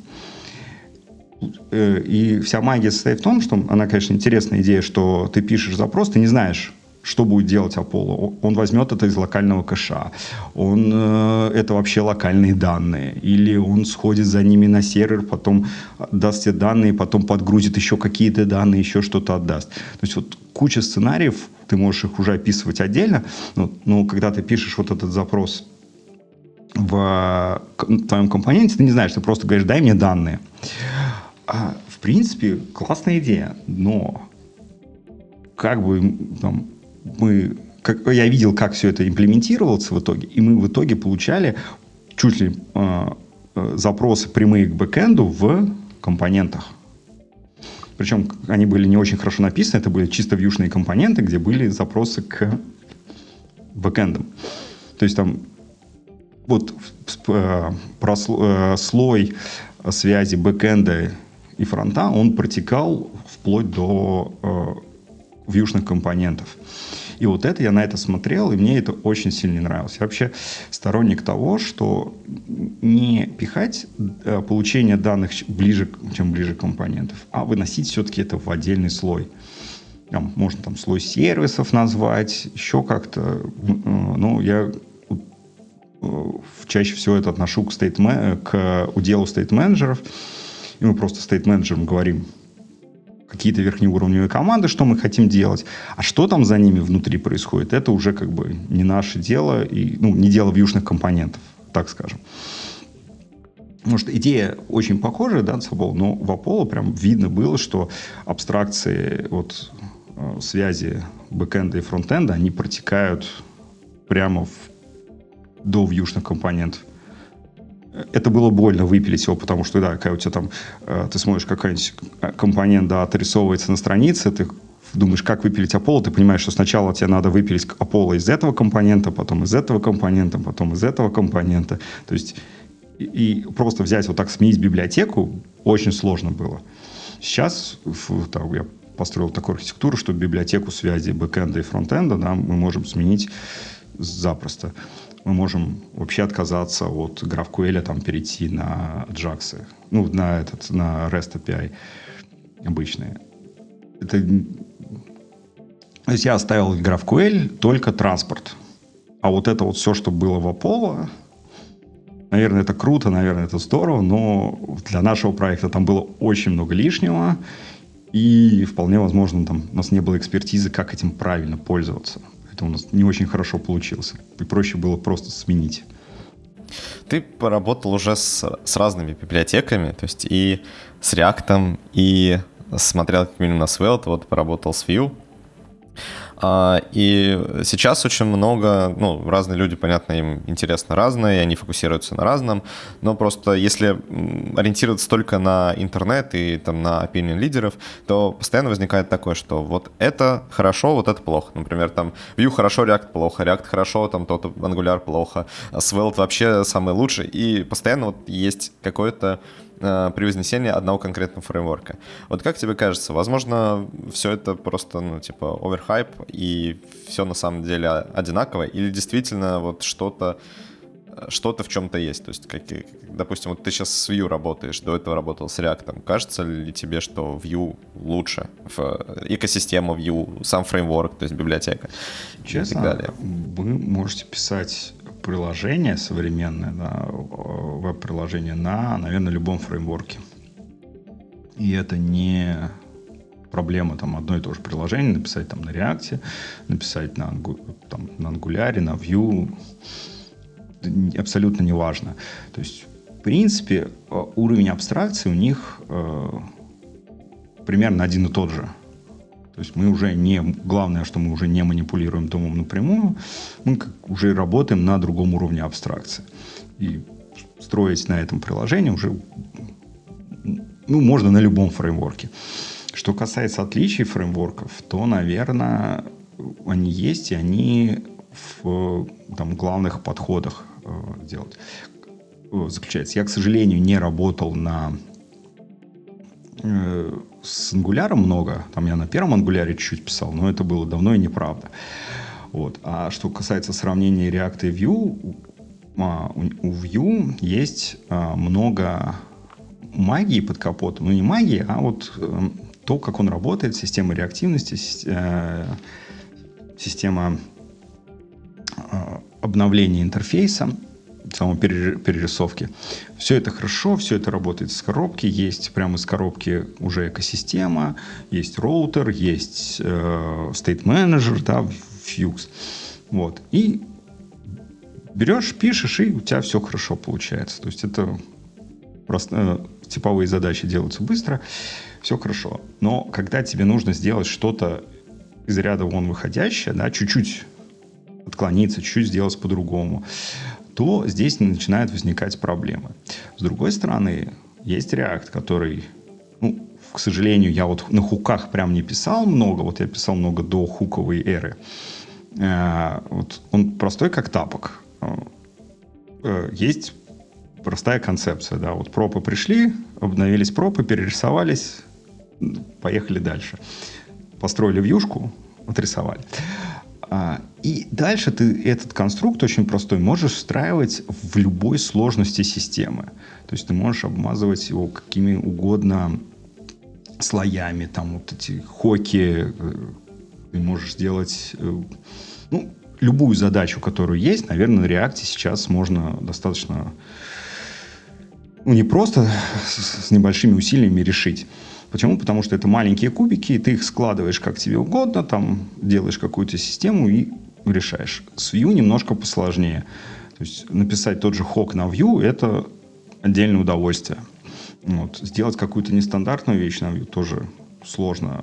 И вся магия состоит в том, что она, конечно, интересная идея, что ты пишешь запрос, ты не знаешь, что будет делать Apollo. Он возьмет это из локального кэша. Это вообще локальные данные. Или он сходит за ними на сервер, потом даст тебе данные, потом подгрузит еще какие-то данные, еще что-то отдаст. То есть вот куча сценариев, ты можешь их уже описывать отдельно, но когда ты пишешь вот этот запрос в твоем компоненте, ты не знаешь, ты просто говоришь, дай мне данные. В принципе, классная идея, но я видел, как все это имплементировалось в итоге, и мы в итоге получали чуть ли запросы прямые к бэкэнду в компонентах. Причем они были не очень хорошо написаны, это были чисто вьюшные компоненты, где были запросы к бэкэндам. То есть там вот слой связи бэкэнда и фронта, он протекал вплоть до вьюшных компонентов. И вот это я на это смотрел, и мне это очень сильно не нравилось. Я вообще сторонник того, что не пихать получение данных чем ближе компонентов, а выносить все-таки это в отдельный слой. Можно слой сервисов назвать, еще как-то. Я чаще всего это отношу к уделу стейт-менеджеров. И мы просто стейт-менеджерам говорим какие-то верхнеуровневые команды, что мы хотим делать. А что там за ними внутри происходит, это уже не наше дело, и не дело вьюшных компонентов, так скажем. Может, идея очень похожая, да, с Apollo, но в Apollo прям видно было, что абстракции связи бэкэнда и фронтенда, они протекают прямо до вьюшных компонентов. Это было больно выпилить его, потому что, да, когда у тебя там, ты смотришь, какой-нибудь компонент, да, отрисовывается на странице, ты думаешь, как выпилить Apollo, ты понимаешь, что сначала тебе надо выпилить Apollo из этого компонента, потом из этого компонента, потом из этого компонента. То есть и просто взять вот так, сменить библиотеку очень сложно было. Сейчас я построил такую архитектуру, что библиотеку связи бэкэнда и фронтенда, да, мы можем сменить запросто. мы можем вообще отказаться от GraphQL, там, перейти на Ajax, на REST API обычные. То есть я оставил в GraphQL только транспорт. А вот это вот все, что было в Apollo, наверное, это круто, наверное, это здорово, но для нашего проекта там было очень много лишнего, и вполне возможно, там у нас не было экспертизы, как этим правильно пользоваться. Это у нас не очень хорошо получилось. И проще было просто сменить. Ты поработал уже с разными библиотеками, то есть и с React, и смотрел как минимум на Svelte, вот поработал с Vue. И сейчас очень много, разные люди, понятно, им интересно разное, и они фокусируются на разном, но просто если ориентироваться только на интернет и там на opinion лидеров, то постоянно возникает такое, что вот это хорошо, вот это плохо. Например, там Vue хорошо, React плохо, React хорошо, там тот Angular плохо, Svelte вообще самый лучший, и постоянно вот есть какое-то превознесение одного конкретного фреймворка. Вот как тебе кажется, возможно, все это просто, оверхайп, и все на самом деле одинаково, или действительно вот что-то в чем-то есть? То есть, допустим, вот ты сейчас с Vue работаешь, до этого работал с React. Кажется ли тебе, что Vue лучше? Экосистема Vue, сам фреймворк, то есть библиотека? Честно, и так далее. вы можете писать приложение современное, веб-приложение наверное, любом фреймворке. И это не проблема там одно и то же приложение написать там на React, написать на Angular, на Vue. Абсолютно не важно. То есть, в принципе, уровень абстракции у них примерно один и тот же. То есть мы уже главное, что мы уже не манипулируем домом напрямую, мы уже работаем на другом уровне абстракции. И строить на этом приложении уже можно на любом фреймворке. Что касается отличий фреймворков, то, наверное, они есть, и они в главных подходах заключается. Я, к сожалению, не работал с Angular много. Там я на первом Angular чуть-чуть писал, но это было давно и неправда. Вот. А что касается сравнения React и Vue, у Vue есть много магии под капотом. Не магии, а вот то, как он работает, система реактивности, система обновления интерфейса, самой перерисовки. Все это хорошо, все это работает с коробки. Есть прямо из коробки уже экосистема, есть роутер, есть state manager, Fuchs. Вот. И берешь, пишешь, и у тебя все хорошо получается. То есть это просто типовые задачи делаются быстро, все хорошо. Но когда тебе нужно сделать что-то из ряда вон выходящее, чуть-чуть отклониться, чуть-чуть сделать по-другому, то здесь начинают возникать проблемы. С другой стороны, есть React, который, к сожалению, я вот на хуках прям не писал много, вот я писал много до хуковой эры. Вот он простой, как тапок. Есть простая концепция, вот пропы пришли, обновились пропы, перерисовались, поехали дальше. Построили вьюшку, отрисовали. И дальше ты этот конструкт очень простой можешь встраивать в любой сложности системы. То есть ты можешь обмазывать его какими угодно слоями, там вот эти хоки, ты можешь сделать любую задачу, которую есть, наверное, на React сейчас можно достаточно не просто с небольшими усилиями решить. Почему? Потому что это маленькие кубики, и ты их складываешь как тебе угодно, там делаешь какую-то систему и решаешь. С Vue немножко посложнее. То есть написать тот же хок на Vue – это отдельное удовольствие. Вот. Сделать какую-то нестандартную вещь на Vue тоже сложно.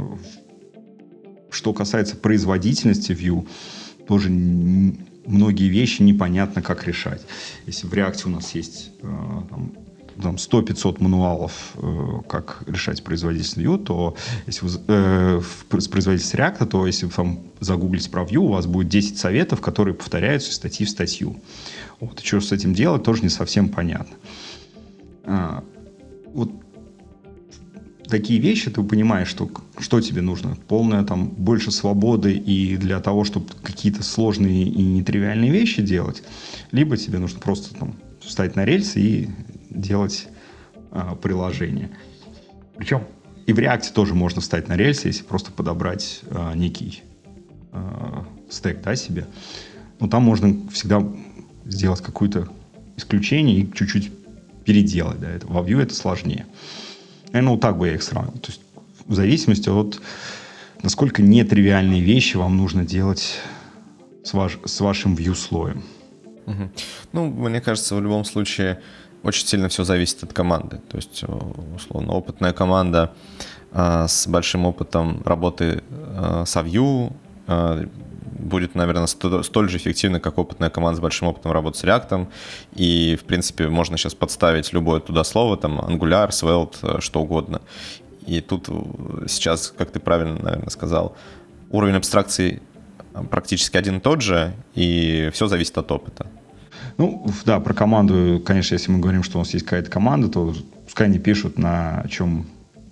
Что касается производительности Vue, тоже многие вещи непонятно, как решать. Если в React у нас есть 100-500 мануалов, как решать производительность Vue, то если с производительностью React, то если вы там загуглите про Vue, у вас будет 10 советов, которые повторяются из статьи в статью. Вот. И что с этим делать, тоже не совсем понятно. Вот такие вещи, ты понимаешь, что тебе нужно. Полная там больше свободы и для того, чтобы какие-то сложные и нетривиальные вещи делать, либо тебе нужно просто там встать на рельсы и делать приложение. Причем и в React тоже можно встать на рельсы, если просто подобрать некий стек, да, себе. Но там можно всегда сделать какое-то исключение и чуть-чуть переделать. Да, это. Во Vue это сложнее. Наверное, вот так бы я их сравнил. То есть в зависимости от насколько нетривиальные вещи вам нужно делать с вашим Vue слоем. Угу. Ну, мне кажется, в любом случае очень сильно все зависит от команды. То есть, условно, опытная команда с большим опытом работы со Vue будет, наверное, столь же эффективна, как опытная команда с большим опытом работы с React. И, в принципе, можно сейчас подставить любое туда слово, там, Angular, Svelte, что угодно. И тут сейчас, как ты правильно, наверное, сказал, уровень абстракции практически один и тот же, и все зависит от опыта. Ну, да, про команду, конечно, если мы говорим, что у нас есть какая-то команда, то пускай они пишут, на чем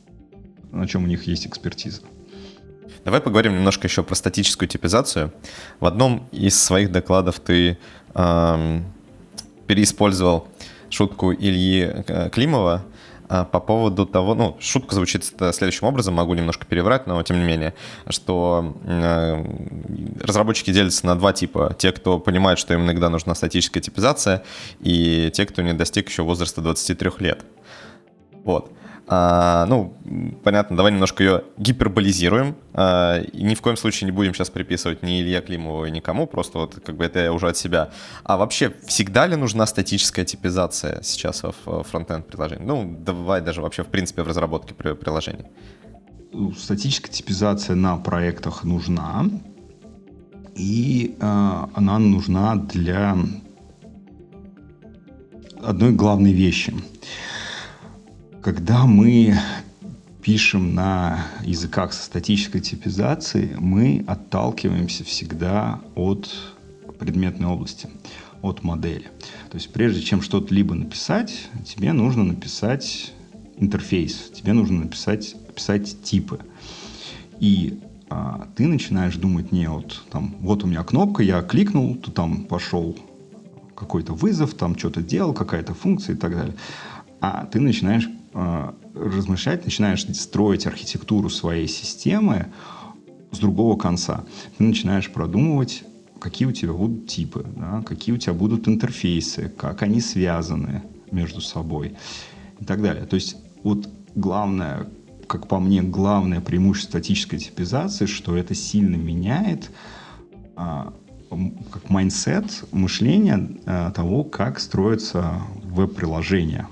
у них есть экспертиза. Давай поговорим немножко еще про статическую типизацию. В одном из своих докладов ты переиспользовал шутку Ильи Климова по поводу того, ну, шутка звучит следующим образом, могу немножко переврать, но тем не менее, что разработчики делятся на два типа. Те, кто понимает, что им иногда нужна статическая типизация, и те, кто не достиг еще возраста 23 лет. Вот. Ну, понятно, давай немножко ее гиперболизируем. И ни в коем случае не будем сейчас приписывать ни Илье Климову, ни никому, просто вот как бы это я уже от себя. А вообще, всегда ли нужна статическая типизация сейчас в фронтенд приложении? Ну, давай даже вообще в принципе в разработке приложений. Статическая типизация на проектах нужна. И она нужна для одной главной вещи. Когда мы пишем на языках со статической типизацией, мы отталкиваемся всегда от предметной области, от модели. То есть прежде чем что-то либо написать, тебе нужно написать интерфейс, тебе нужно написать типы. И ты начинаешь думать не от, там, вот у меня кнопка, я кликнул, то там пошел какой-то вызов, там что-то делал, какая-то функция и так далее. А ты начинаешь размышлять, начинаешь строить архитектуру своей системы с другого конца. Ты начинаешь продумывать, какие у тебя будут типы, да, какие у тебя будут интерфейсы, как они связаны между собой и так далее. То есть вот главное, как по мне, главное преимущество статической типизации, что это сильно меняет как майндсет, мышление того, как строятся веб-приложения.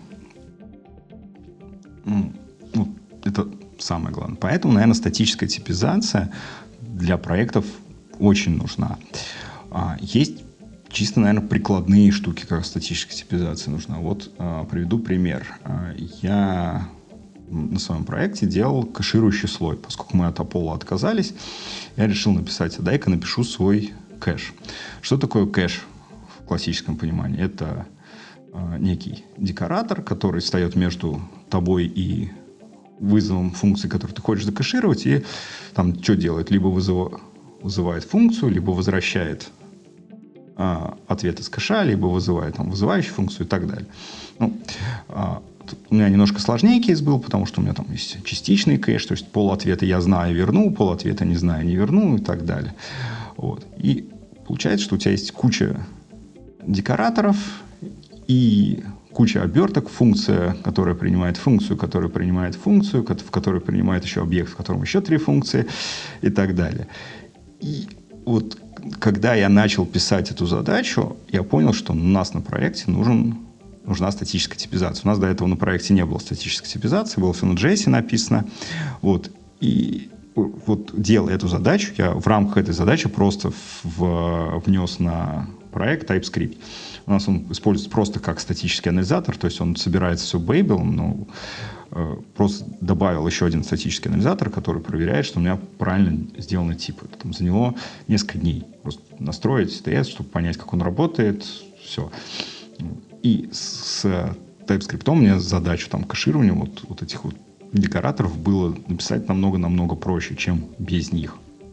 Ну, это самое главное. Поэтому, наверное, статическая типизация для проектов очень нужна. Есть чисто, наверное, прикладные штуки, как статическая типизация нужна. Вот приведу пример. Я на своем проекте делал кэширующий слой. Поскольку мы от Apollo отказались, я решил написать, дай-ка напишу свой кэш. Что такое кэш в классическом понимании? Это некий декоратор, который встает между тобой и вызовом функции, которую ты хочешь закэшировать, и там что делает? Либо вызывает функцию, либо возвращает ответ из кэша, либо вызывает там, вызывающую функцию и так далее. Ну, у меня немножко сложнее кейс был, потому что у меня там есть частичный кэш, то есть полответа я знаю, верну, полответа не знаю, не верну и так далее. Вот. И получается, что у тебя есть куча декораторов и куча оберток, функция, которая принимает функцию, в которой принимает еще объект, в котором еще 3 функции и так далее. И вот когда я начал писать эту задачу, я понял, что у нас на проекте нужна статическая типизация. У нас до этого на проекте не было статической типизации, было все на JS написано. Вот. И вот делая эту задачу, я в рамках этой задачи просто внес на проект TypeScript. У нас он используется просто как статический анализатор, то есть он собирается все бейбелом, но просто добавил еще один статический анализатор, который проверяет, что у меня правильно сделаны типы. Там за него несколько дней. Просто настроить TS, чтобы понять, как он работает, все. И с TypeScript мне задачу там кэширования вот этих вот декораторов было написать намного-намного проще, чем без них.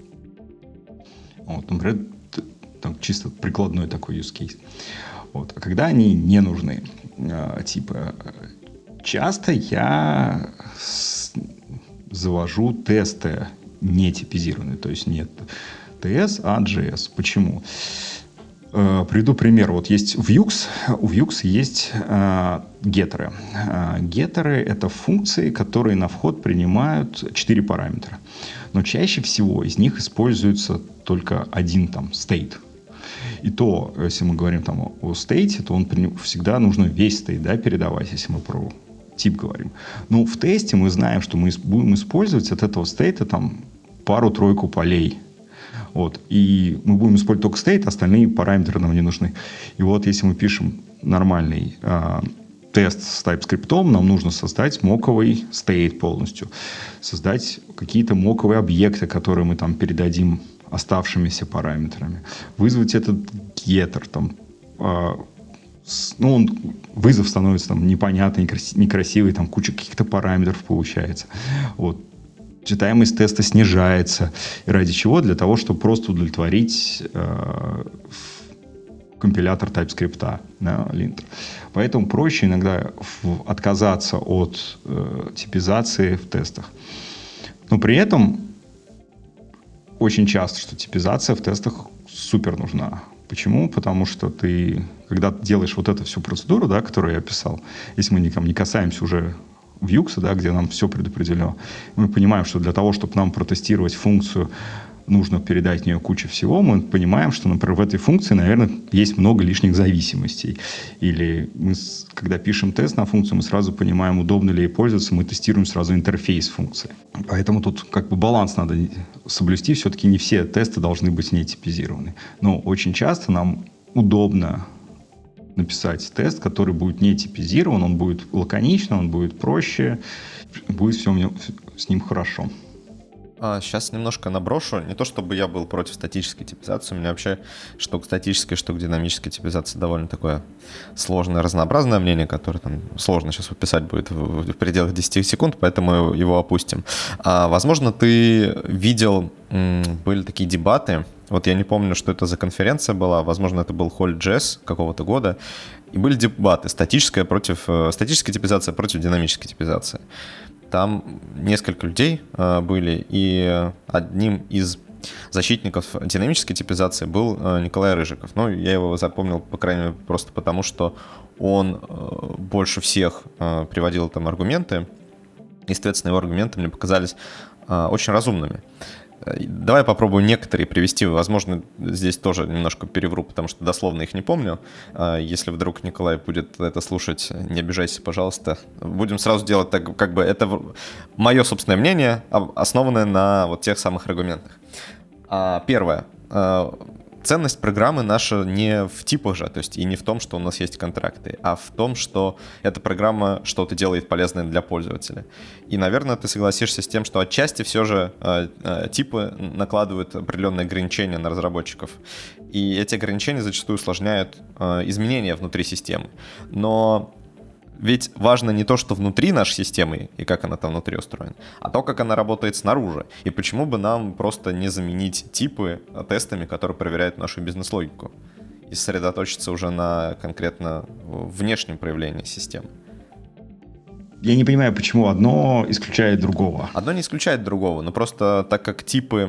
Вот, например, там чисто прикладной такой use case. Вот. А когда они не нужны, типа, часто я завожу тесты не типизированные, то есть нет TS, а JS. Почему? Приведу пример. Вот есть Vue, у Vue есть геттеры. Геттеры — это функции, которые на вход принимают 4 параметра. Но чаще всего из них используется только один там state. И то, если мы говорим там о state, то он всегда нужно весь state, да, передавать, если мы про тип говорим. Но в тесте мы знаем, что мы будем использовать от этого стейта там пару-тройку полей. Вот. И мы будем использовать только state, остальные параметры нам не нужны. И вот если мы пишем нормальный тест с TypeScript, нам нужно создать моковый state полностью. Создать какие-то моковые объекты, которые мы там передадим оставшимися параметрами. Вызвать этот getter. Там, вызов становится там непонятный, некрасивый, там куча каких-то параметров получается. Вот. Читаемость теста снижается. И ради чего? Для того, чтобы просто удовлетворить компилятор TypeScript, линтер. Поэтому проще иногда отказаться от типизации в тестах. Но при этом очень часто, что типизация в тестах супер нужна. Почему? Потому что ты, когда делаешь вот эту всю процедуру, да, которую я описал, если мы не касаемся уже Vue, да, где нам все предопределено, мы понимаем, что для того, чтобы нам протестировать функцию, нужно передать в нее кучу всего, мы понимаем, что, например, в этой функции, наверное, есть много лишних зависимостей. Или мы, когда пишем тест на функцию, мы сразу понимаем, удобно ли ей пользоваться, мы тестируем сразу интерфейс функции. Поэтому тут как бы баланс надо соблюсти. Все-таки не все тесты должны быть не типизированы. Но очень часто нам удобно написать тест, который будет не типизирован, он будет лаконичным, он будет проще, будет все с ним хорошо. Сейчас немножко наброшу. Не то чтобы я был против статической типизации, у меня вообще что к статической, что к динамической типизации довольно такое сложное, разнообразное мнение, которое там сложно сейчас описать будет в пределах 10 секунд, поэтому его опустим. Возможно, ты видел, были такие дебаты, вот я не помню, что это за конференция была, возможно, это был Hall.js какого-то года, и были дебаты статическая типизация против динамической типизации. Там несколько людей были, и одним из защитников динамической типизации был Николай Рыжиков. Ну, я его запомнил, по крайней мере, просто потому, что он больше всех приводил там аргументы, и, соответственно, его аргументы мне показались очень разумными. Давай попробую некоторые привести. Возможно, здесь тоже немножко перевру, потому что дословно их не помню. Если вдруг Николай будет это слушать, не обижайся, пожалуйста. Будем сразу делать так, как бы это мое собственное мнение, основанное на вот тех самых аргументах. Первое. Ценность программы наша не в типах же, то есть и не в том, что у нас есть контракты, а в том, что эта программа что-то делает полезное для пользователя. И, наверное, ты согласишься с тем, что отчасти все же типы накладывают определенные ограничения на разработчиков. И эти ограничения зачастую усложняют изменения внутри системы. Но ведь важно не то, что внутри нашей системы и как она там внутри устроена, а то, как она работает снаружи. И почему бы нам просто не заменить типы тестами, которые проверяют нашу бизнес-логику, и сосредоточиться уже на конкретно внешнем проявлении системы. Я не понимаю, почему одно исключает другого. Одно не исключает другого, но просто так как типы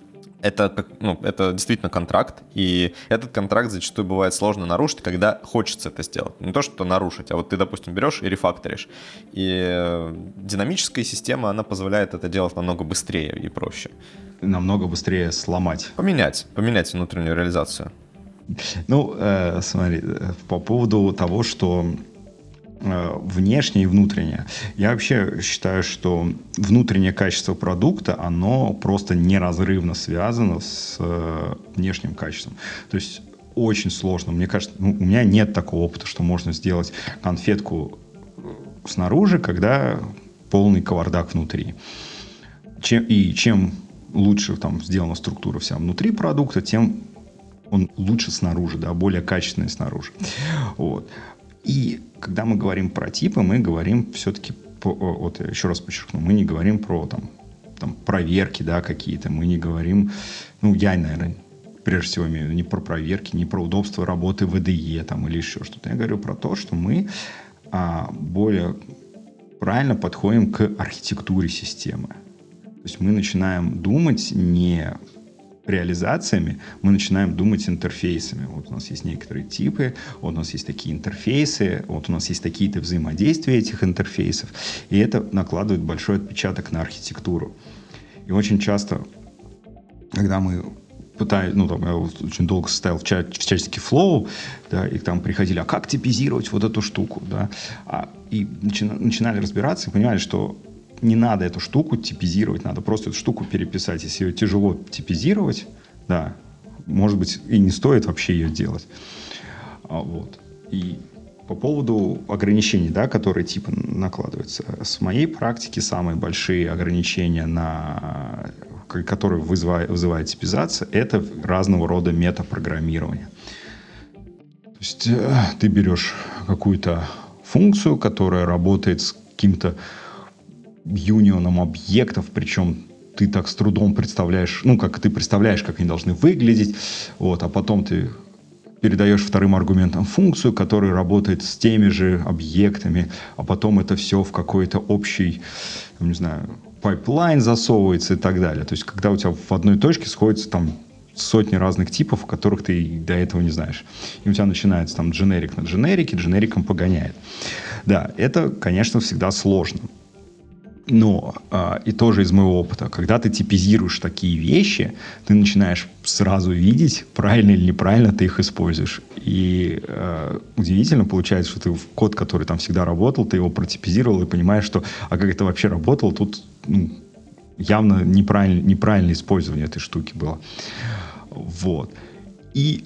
это действительно контракт, и этот контракт зачастую бывает сложно нарушить, когда хочется это сделать. Не то, что нарушить, а вот ты, допустим, берешь и рефакторишь. И динамическая система, она позволяет это делать намного быстрее и проще. Намного быстрее сломать. Поменять внутреннюю реализацию. Смотри, по поводу того, что внешнее и внутреннее. Я вообще считаю, что внутреннее качество продукта, оно просто неразрывно связано с внешним качеством. То есть очень сложно. Мне кажется, у меня нет такого опыта, что можно сделать конфетку снаружи, когда полный кавардак внутри. Чем лучше там сделана структура вся внутри продукта, тем он лучше снаружи, да, более качественный снаружи. Вот. И когда мы говорим про типы, мы говорим все-таки вот еще раз подчеркну, мы не говорим про там проверки, да, какие-то, мы не говорим, я, наверное, прежде всего имею в виду не про проверки, не про удобство работы в IDE там, или еще что-то. Я говорю про то, что мы более правильно подходим к архитектуре системы. То есть мы начинаем думать не реализациями, мы начинаем думать интерфейсами. Вот у нас есть некоторые типы, вот у нас есть такие интерфейсы, вот у нас есть такие-то взаимодействия этих интерфейсов, и это накладывает большой отпечаток на архитектуру. И очень часто, когда мы пытались, я очень долго состоял в чатике Flow, да, и там приходили, а как типизировать вот эту штуку, да, и начинали разбираться и понимали, что не надо эту штуку типизировать, надо просто эту штуку переписать. Если ее тяжело типизировать, да, может быть, и не стоит вообще ее делать. Вот. И по поводу ограничений, да, которые типа накладываются. С моей практики самые большие ограничения, которые вызывает типизация, это разного рода метапрограммирование. То есть ты берешь какую-то функцию, которая работает с каким-то юнионом объектов, причем ты так с трудом представляешь, как ты представляешь, как они должны выглядеть, вот, а потом ты передаешь вторым аргументом функцию, которая работает с теми же объектами, а потом это все в какой-то общий, пайплайн засовывается и так далее. То есть, когда у тебя в одной точке сходятся там сотни разных типов, которых ты до этого не знаешь. И у тебя начинается там дженерик на дженерике, дженериком погоняет. Да, это, конечно, всегда сложно. Но, и тоже из моего опыта, когда ты типизируешь такие вещи, ты начинаешь сразу видеть, правильно или неправильно ты их используешь. И удивительно получается, что ты код, который там всегда работал, ты его протипизировал и понимаешь, что, как это вообще работало, тут явно неправильное использование этой штуки было. Вот. И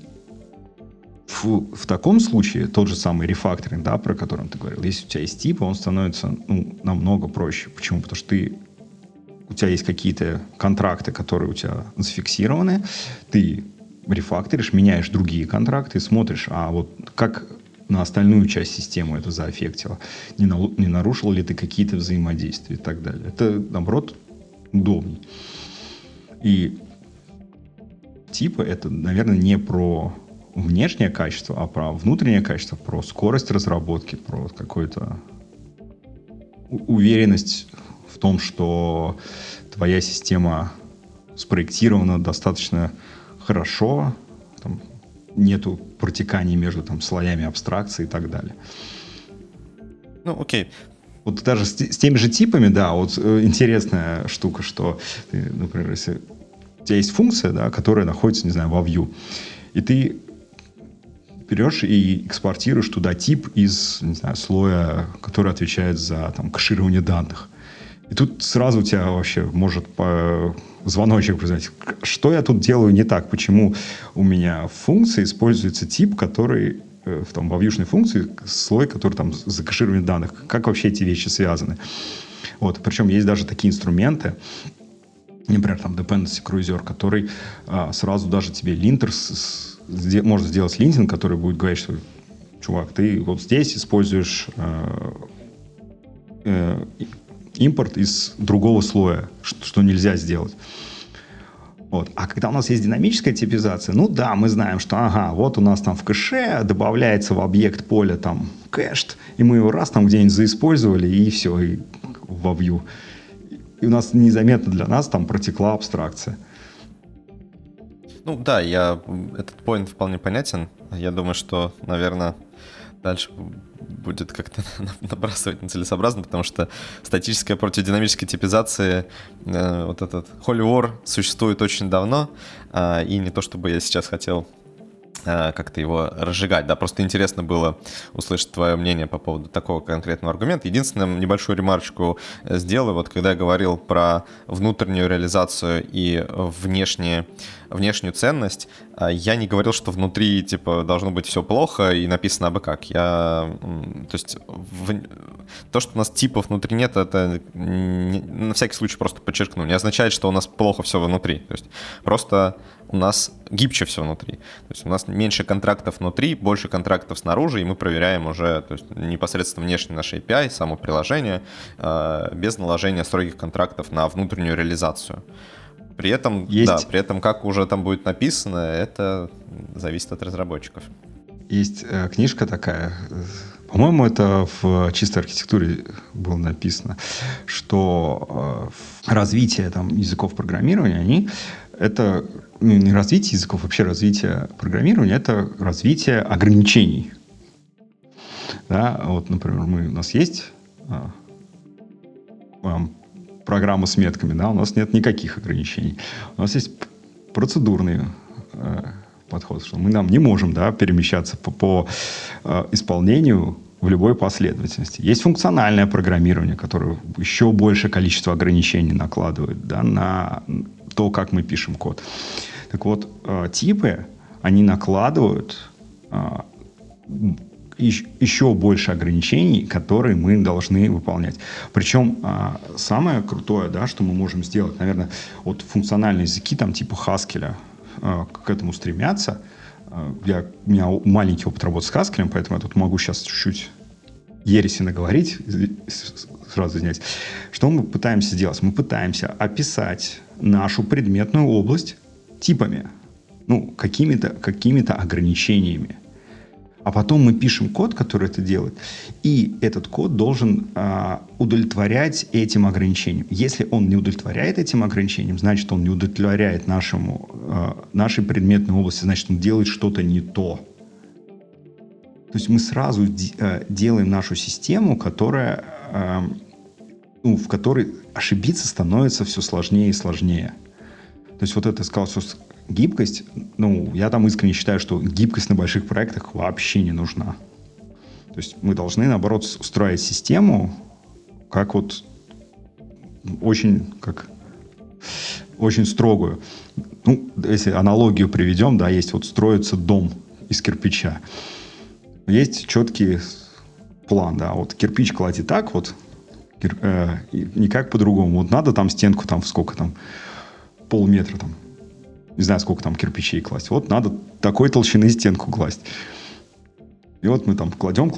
в таком случае тот же самый рефакторинг, да, про который ты говорил, если у тебя есть типы, он становится намного проще. Почему? Потому что у тебя есть какие-то контракты, которые у тебя зафиксированы, ты рефакторишь, меняешь другие контракты, смотришь, а вот как на остальную часть системы это заэффектило, не нарушил ли ты какие-то взаимодействия и так далее. Это, наоборот, удобнее. И типы это, наверное, не про внешнее качество, а про внутреннее качество, про скорость разработки, про какую-то уверенность в том, что твоя система спроектирована достаточно хорошо, там нету протеканий между слоями абстракции и так далее. Окей. Вот даже с теми же типами, да, вот интересная штука, что ты, например, если у тебя есть функция, да, которая находится, во view, и ты берешь и экспортируешь туда тип из, слоя, который отвечает за кэширование данных. И тут сразу у тебя вообще может звоночек произойти. Что я тут делаю не так? Почему у меня в функции используется тип, который во вьюшной функции, слой, который за кэширование данных? Как вообще эти вещи связаны? Вот. Причем есть даже такие инструменты, например, dependency cruiser, который сразу даже тебе линтер может сделать линтинг, который будет говорить, что, чувак, ты вот здесь используешь импорт из другого слоя, что нельзя сделать. Вот. А когда у нас есть динамическая типизация, мы знаем, что вот у нас в кэше добавляется в объект поле кэшд, и мы его раз где-нибудь заиспользовали, и все, и во view. И у нас незаметно для нас протекла абстракция. Да, этот поинт вполне понятен. Я думаю, что, наверное, дальше будет как-то набрасывать нецелесообразно, потому что статическая против динамической типизации, вот этот Holy War существует очень давно, и не то чтобы я сейчас хотел как-то его разжигать, да, просто интересно было услышать твое мнение по поводу такого конкретного аргумента. Единственное, небольшую ремарочку сделаю, вот когда я говорил про внутреннюю реализацию и внешнюю ценность, я не говорил, что внутри, должно быть все плохо и написано абы как. То есть то, что у нас типов внутри нет, это на всякий случай просто подчеркну, не означает, что у нас плохо все внутри. То есть просто у нас гибче все внутри. То есть у нас меньше контрактов внутри, больше контрактов снаружи, и мы проверяем уже, то есть непосредственно внешне наше API, само приложение, без наложения строгих контрактов на внутреннюю реализацию. При этом как уже там будет написано, это зависит от разработчиков. Есть книжка такая, по-моему, это в чистой архитектуре было написано, что развитие там, языков программирования, это не развитие языков, вообще развитие программирования, это развитие ограничений. Да, вот, например, у нас есть программа с метками, да, у нас нет никаких ограничений. У нас есть процедурный подход, что мы не можем, да, перемещаться по исполнению в любой последовательности. Есть функциональное программирование, которое еще большее количество ограничений накладывает, да, на то, как мы пишем код. Так вот, типы, они накладывают еще больше ограничений, которые мы должны выполнять. Причем самое крутое, да, что мы можем сделать, наверное, вот функциональные языки, там, типа Haskell, к этому стремятся. У меня маленький опыт работы с Haskell, поэтому я тут могу сейчас чуть-чуть ереси наговорить, сразу извиняюсь. Что мы пытаемся сделать? Мы пытаемся описать нашу предметную область типами, какими-то ограничениями. А потом мы пишем код, который это делает, и этот код должен удовлетворять этим ограничениям. Если он не удовлетворяет этим ограничениям, значит, он не удовлетворяет нашей предметной области, значит, он делает что-то не то. То есть мы сразу делаем нашу систему, в которой ошибиться становится все сложнее и сложнее. То есть вот это, я сказал, что гибкость, я там искренне считаю, что гибкость на больших проектах вообще не нужна. То есть мы должны, наоборот, устроить систему как вот очень строгую. Если аналогию приведем, да, есть вот строится дом из кирпича. Есть четкий план, да, вот кирпич клади так вот, никак по-другому. Вот надо там стенку там сколько там, полметра там, не знаю, сколько там кирпичей класть. Вот надо такой толщины стенку класть. И вот мы там кладем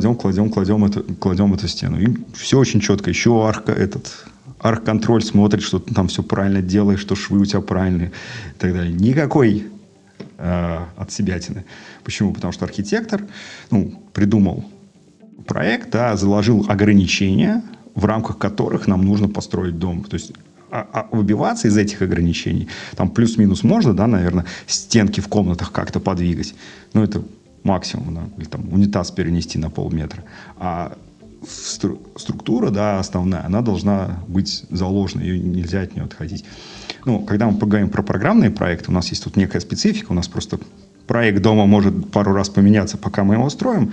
эту стену. И все очень четко. Еще арх-контроль смотрит, что ты там все правильно делаешь, что швы у тебя правильные и так далее. Никакой отсебятины. Почему? Потому что архитектор придумал проект, да, заложил ограничения, в рамках которых нам нужно построить дом. То есть выбиваться из этих ограничений, там плюс-минус можно, да, наверное, стенки в комнатах как-то подвигать. Это максимум, да, или там унитаз перенести на полметра. А структура, да, основная, она должна быть заложена, ее нельзя от нее отходить. Когда мы поговорим про программные проекты, у нас есть тут некая специфика, у нас просто проект дома может пару раз поменяться, пока мы его строим.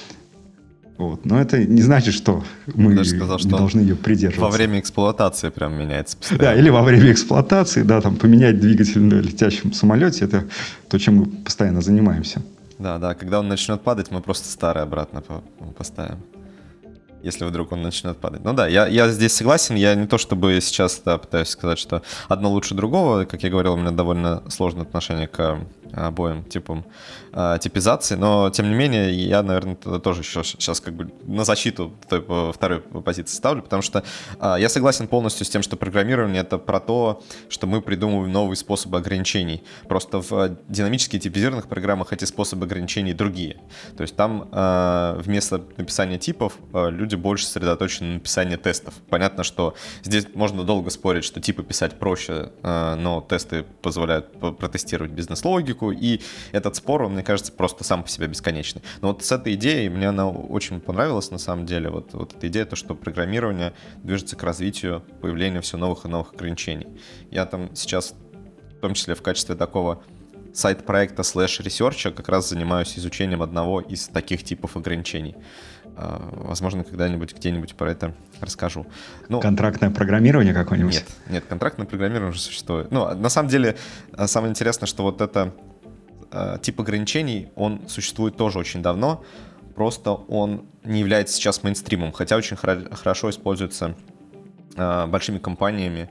Вот. Но это не значит, что мы должны ее придерживаться. Во время эксплуатации прям меняется постоянно. Да, или во время эксплуатации, да, там поменять двигатель на летящем самолете, это то, чем мы постоянно занимаемся. Да, когда он начнет падать, мы просто старый обратно поставим. Если вдруг он начнет падать. Я здесь согласен. Я не то чтобы сейчас пытаюсь сказать, что одно лучше другого. Как я говорил, у меня довольно сложное отношение к обоим типам типизации. Но, тем не менее, я, наверное, тоже еще сейчас как бы на защиту второй позиции ставлю, потому что я согласен полностью с тем, что программирование — это про то, что мы придумываем новые способы ограничений. Просто в динамически типизированных программах эти способы ограничений другие. То есть там вместо написания типов люди больше сосредоточены на написании тестов. Понятно, что здесь можно долго спорить, что типы писать проще, но тесты позволяют протестировать бизнес-логику, и этот спор, он, мне кажется, просто сам по себе бесконечный. Но вот с этой идеей, мне она очень понравилась на самом деле, вот эта идея, то, что программирование движется к развитию, появлению все новых и новых ограничений. Я там сейчас, в том числе в качестве такого сайт-проекта /ресерча, как раз занимаюсь изучением одного из таких типов ограничений. Возможно, когда-нибудь где-нибудь про это расскажу. Контрактное программирование какое-нибудь? Нет, контрактное программирование уже существует. На самом деле, самое интересное, что вот это тип ограничений, он существует тоже очень давно, просто он не является сейчас мейнстримом, хотя очень хорошо используется большими компаниями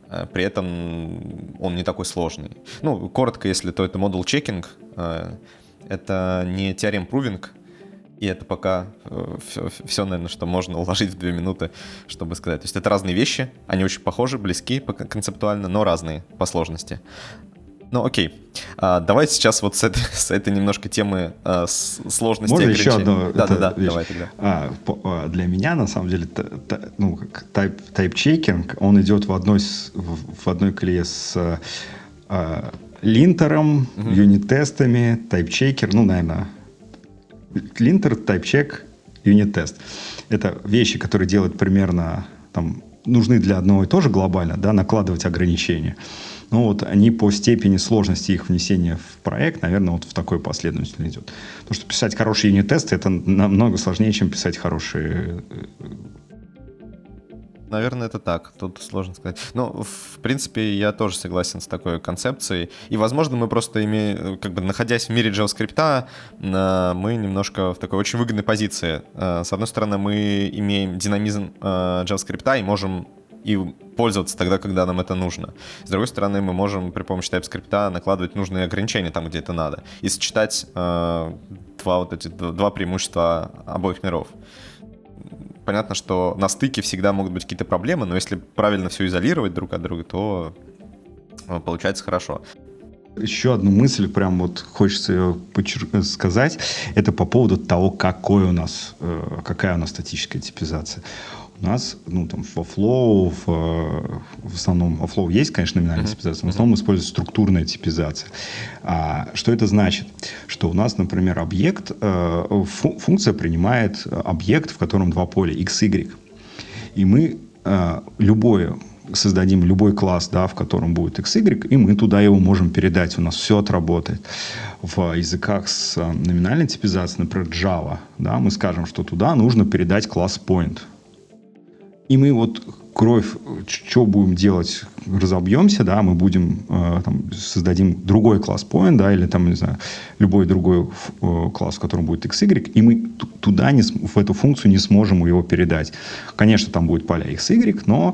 при этом он не такой сложный. Ну, коротко, если то это модуль чекинг, это не теорем прувинг, и это пока все, наверное, что можно уложить в 2 минуты, чтобы сказать. То есть это разные вещи, они очень похожи, близки концептуально, но разные по сложности. Ну, окей. Давайте сейчас вот с этой немножко темы сложности. Можно еще одну? Да, давай тогда. Для меня, на самом деле, тайп-чекинг, он идет в одной колее с линтером, юнит-тестами, тайп-чекер, ну, наверное, линтер, тайп-чек, юнит-тест. Это вещи, которые делают примерно, там, нужны для одного и того же глобально, да, накладывать ограничения. Но вот они по степени сложности их внесения в проект, наверное, вот в такой последовательности идет. Потому что писать хорошие юнит-тесты, это намного сложнее, чем писать хорошие... Наверное, это так. Тут сложно сказать. Но, в принципе, я тоже согласен с такой концепцией. И, возможно, мы просто, находясь в мире JavaScript, мы немножко в такой очень выгодной позиции. С одной стороны, мы имеем динамизм JavaScript и можем и пользоваться тогда, когда нам это нужно. С другой стороны, мы можем при помощи TypeScript накладывать нужные ограничения там, где это надо, и сочетать два преимущества обоих миров. Понятно, что на стыке всегда могут быть какие-то проблемы, но если правильно все изолировать друг от друга, то получается хорошо. Еще одну мысль, прям вот хочется ее сказать, это по поводу того, какая у нас статическая типизация. У нас, там, во Flow, в основном, во Flow есть, конечно, номинальная типизация, но в основном используется структурная типизация. Что это значит? Что у нас, например, объект, функция принимает объект, в котором 2 поля, x, y. И мы создадим любой класс, да, в котором будет x, y, и мы туда его можем передать. У нас все отработает. В языках с номинальной типизацией, например, Java, да, мы скажем, что туда нужно передать класс point. И мы вот что будем делать, разобьемся, да, мы будем, создадим другой класс point, да, или там, не знаю, любой другой класс, в котором будет x, y, и мы туда, в эту функцию не сможем его передать. Конечно, там будет поля x, y, но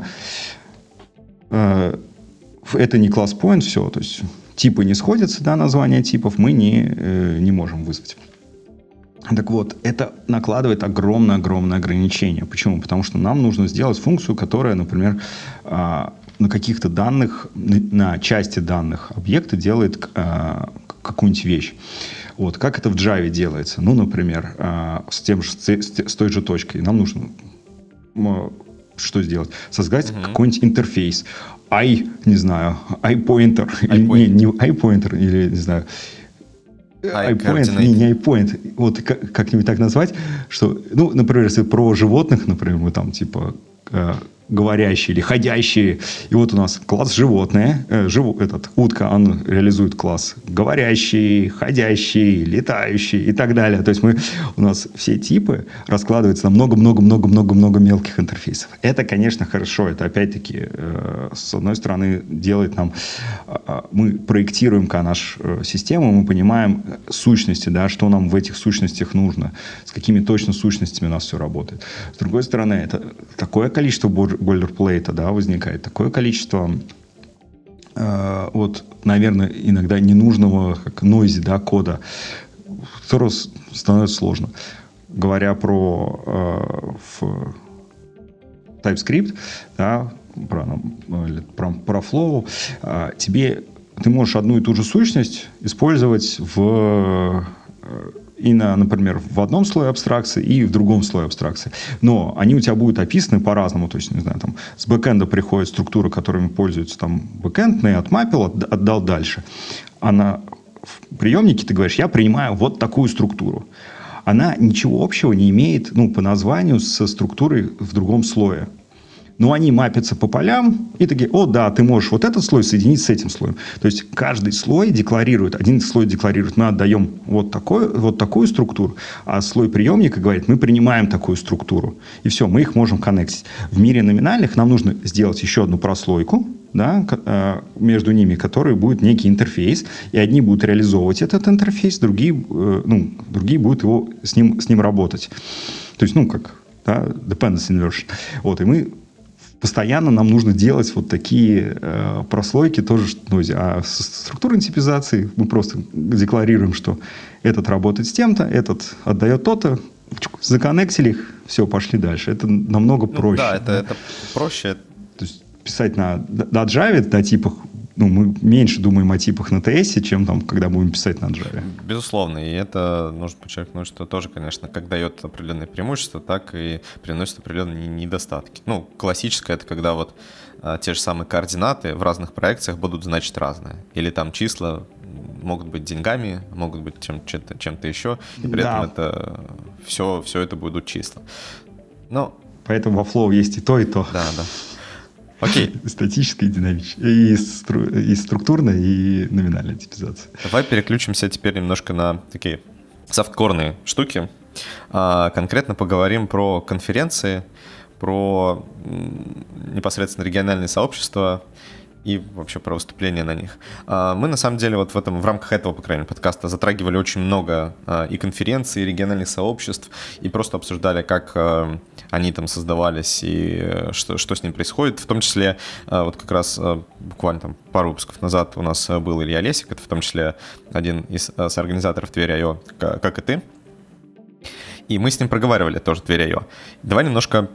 это не класс point, все, то есть типы не сходятся, да, названия типов мы не можем вызвать. Так вот, это накладывает огромное ограничение. Почему? Потому что нам нужно сделать функцию, которая, например, на каких-то данных, на части данных объекта делает какую-нибудь вещь. Вот. Как это в Java делается? Ну, например, с той же точкой. Нам нужно что сделать? Создать какой-нибудь интерфейс. iPointer. Не iPointer, или, не знаю... iPoint, не iPoint. Вот как-нибудь так назвать, что, например, если про животных, например, мы там типа говорящие или ходящие, и вот у нас класс животное, утка, он реализует класс говорящий, ходящий, летающий и так далее. То есть у нас все типы раскладываются на много-много-много-много-много мелких интерфейсов. Это, конечно, хорошо. Это, опять-таки, с одной стороны, делает нам... Мы проектируем нашу систему, мы понимаем сущности, да, что нам в этих сущностях нужно, с какими точно сущностями у нас все работает. С другой стороны, это такое количество бойлерплейта, да, возникает, такое количество наверное, иногда ненужного noisy, да, кода, которого становится сложно. Говоря про TypeScript, да, про Flow, ты можешь одну и ту же сущность использовать например, в одном слое абстракции и в другом слое абстракции. Но они у тебя будут описаны по-разному. То есть, не знаю, там с бэкэнда приходит структура, которыми пользуется там бэкэндный, отмапил, отдал дальше. А в приемнике ты говоришь, я принимаю вот такую структуру. Она ничего общего не имеет, по названию со структурой в другом слое. Но они мапятся по полям и такие, ты можешь вот этот слой соединить с этим слоем. То есть каждый слой декларирует, один слой декларирует, мы отдаем вот такую структуру, а слой приемника говорит, мы принимаем такую структуру. И все, мы их можем коннектить. В мире номинальных нам нужно сделать еще одну прослойку, да, между ними, который будет некий интерфейс, и одни будут реализовывать этот интерфейс, другие будут с ним работать. То есть, dependency inversion. Вот, и мы постоянно нам нужно делать вот такие прослойки тоже. А с структурной типизацией мы просто декларируем, что этот работает с тем-то, этот отдает то-то, законнектили их, все, пошли дальше. Это намного проще. Да, это проще. То есть писать на Java, на типах, мы меньше думаем о типах на TS, чем там, когда будем писать на Java. Безусловно, и это нужно подчеркнуть, что тоже, конечно, как дает определенные преимущества, так и приносит определенные недостатки. Классическое — это когда вот те же самые координаты в разных проекциях будут значить разное. Или там числа могут быть деньгами, могут быть чем-то еще, и при этом это все это будут числа. Поэтому во Flow есть и то, и то. Да. Окей. Статическая и динамическая. И структурная, и номинальная типизация. Давай переключимся теперь немножко на такие софткорные штуки. Конкретно поговорим про конференции, про непосредственно региональные сообщества и вообще про выступления на них. Мы, на самом деле, вот в рамках этого, по крайней мере, подкаста затрагивали очень много и конференций, и региональных сообществ, и просто обсуждали, как они там создавались и что с ним происходит. В том числе, вот как раз буквально там пару выпусков назад у нас был Илья Лесик, это в том числе один из соорганизаторов Тверь.io, как и ты. И мы с ним проговаривали тоже Тверь.io. Давай немножко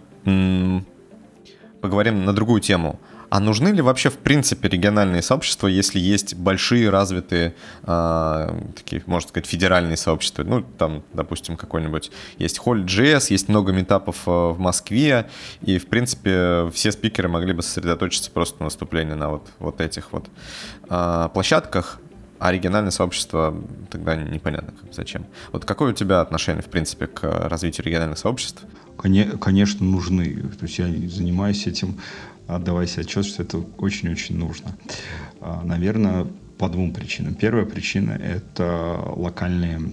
поговорим на другую тему. А нужны ли вообще в принципе региональные сообщества, если есть большие, развитые, такие, можно сказать, федеральные сообщества? Там, допустим, какой-нибудь есть Hall.js, есть много митапов в Москве, и, в принципе, все спикеры могли бы сосредоточиться просто на выступлении на вот этих вот площадках, а региональное сообщество тогда непонятно, зачем. Вот какое у тебя отношение, в принципе, к развитию региональных сообществ? Конечно, нужны. То есть я занимаюсь этим, отдавая себе отчет, что это очень-очень нужно. Наверное, по двум причинам. Первая причина — это локальные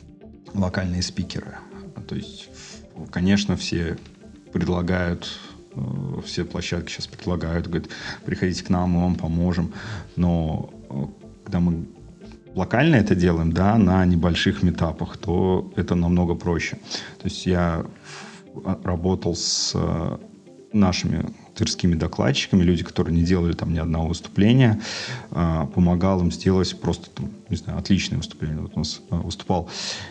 спикеры. То есть, конечно, все предлагают, все площадки сейчас предлагают, говорят, приходите к нам, мы вам поможем. Но когда мы локально это делаем, на небольших митапах, то это намного проще. То есть я работал с нашими тверскими докладчиками, люди, которые не делали там ни одного выступления, помогал им сделать просто, отличное выступление. Вот у нас выступал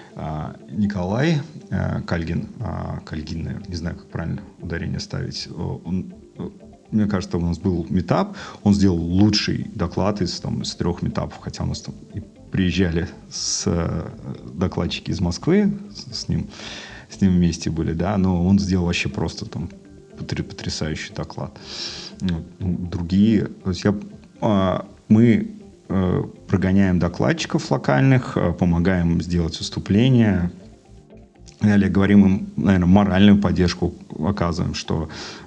Николай Кальгин, наверное, не знаю, как правильно ударение ставить. Мне кажется, у нас был митап, он сделал лучший доклад из 3 митапов, хотя у нас там и приезжали докладчики из Москвы, с ним вместе были, но он сделал вообще просто потрясающий доклад. Другие, то есть мы прогоняем докладчиков локальных, помогаем им сделать выступления, далее говорим им, наверное, моральную поддержку оказываем, что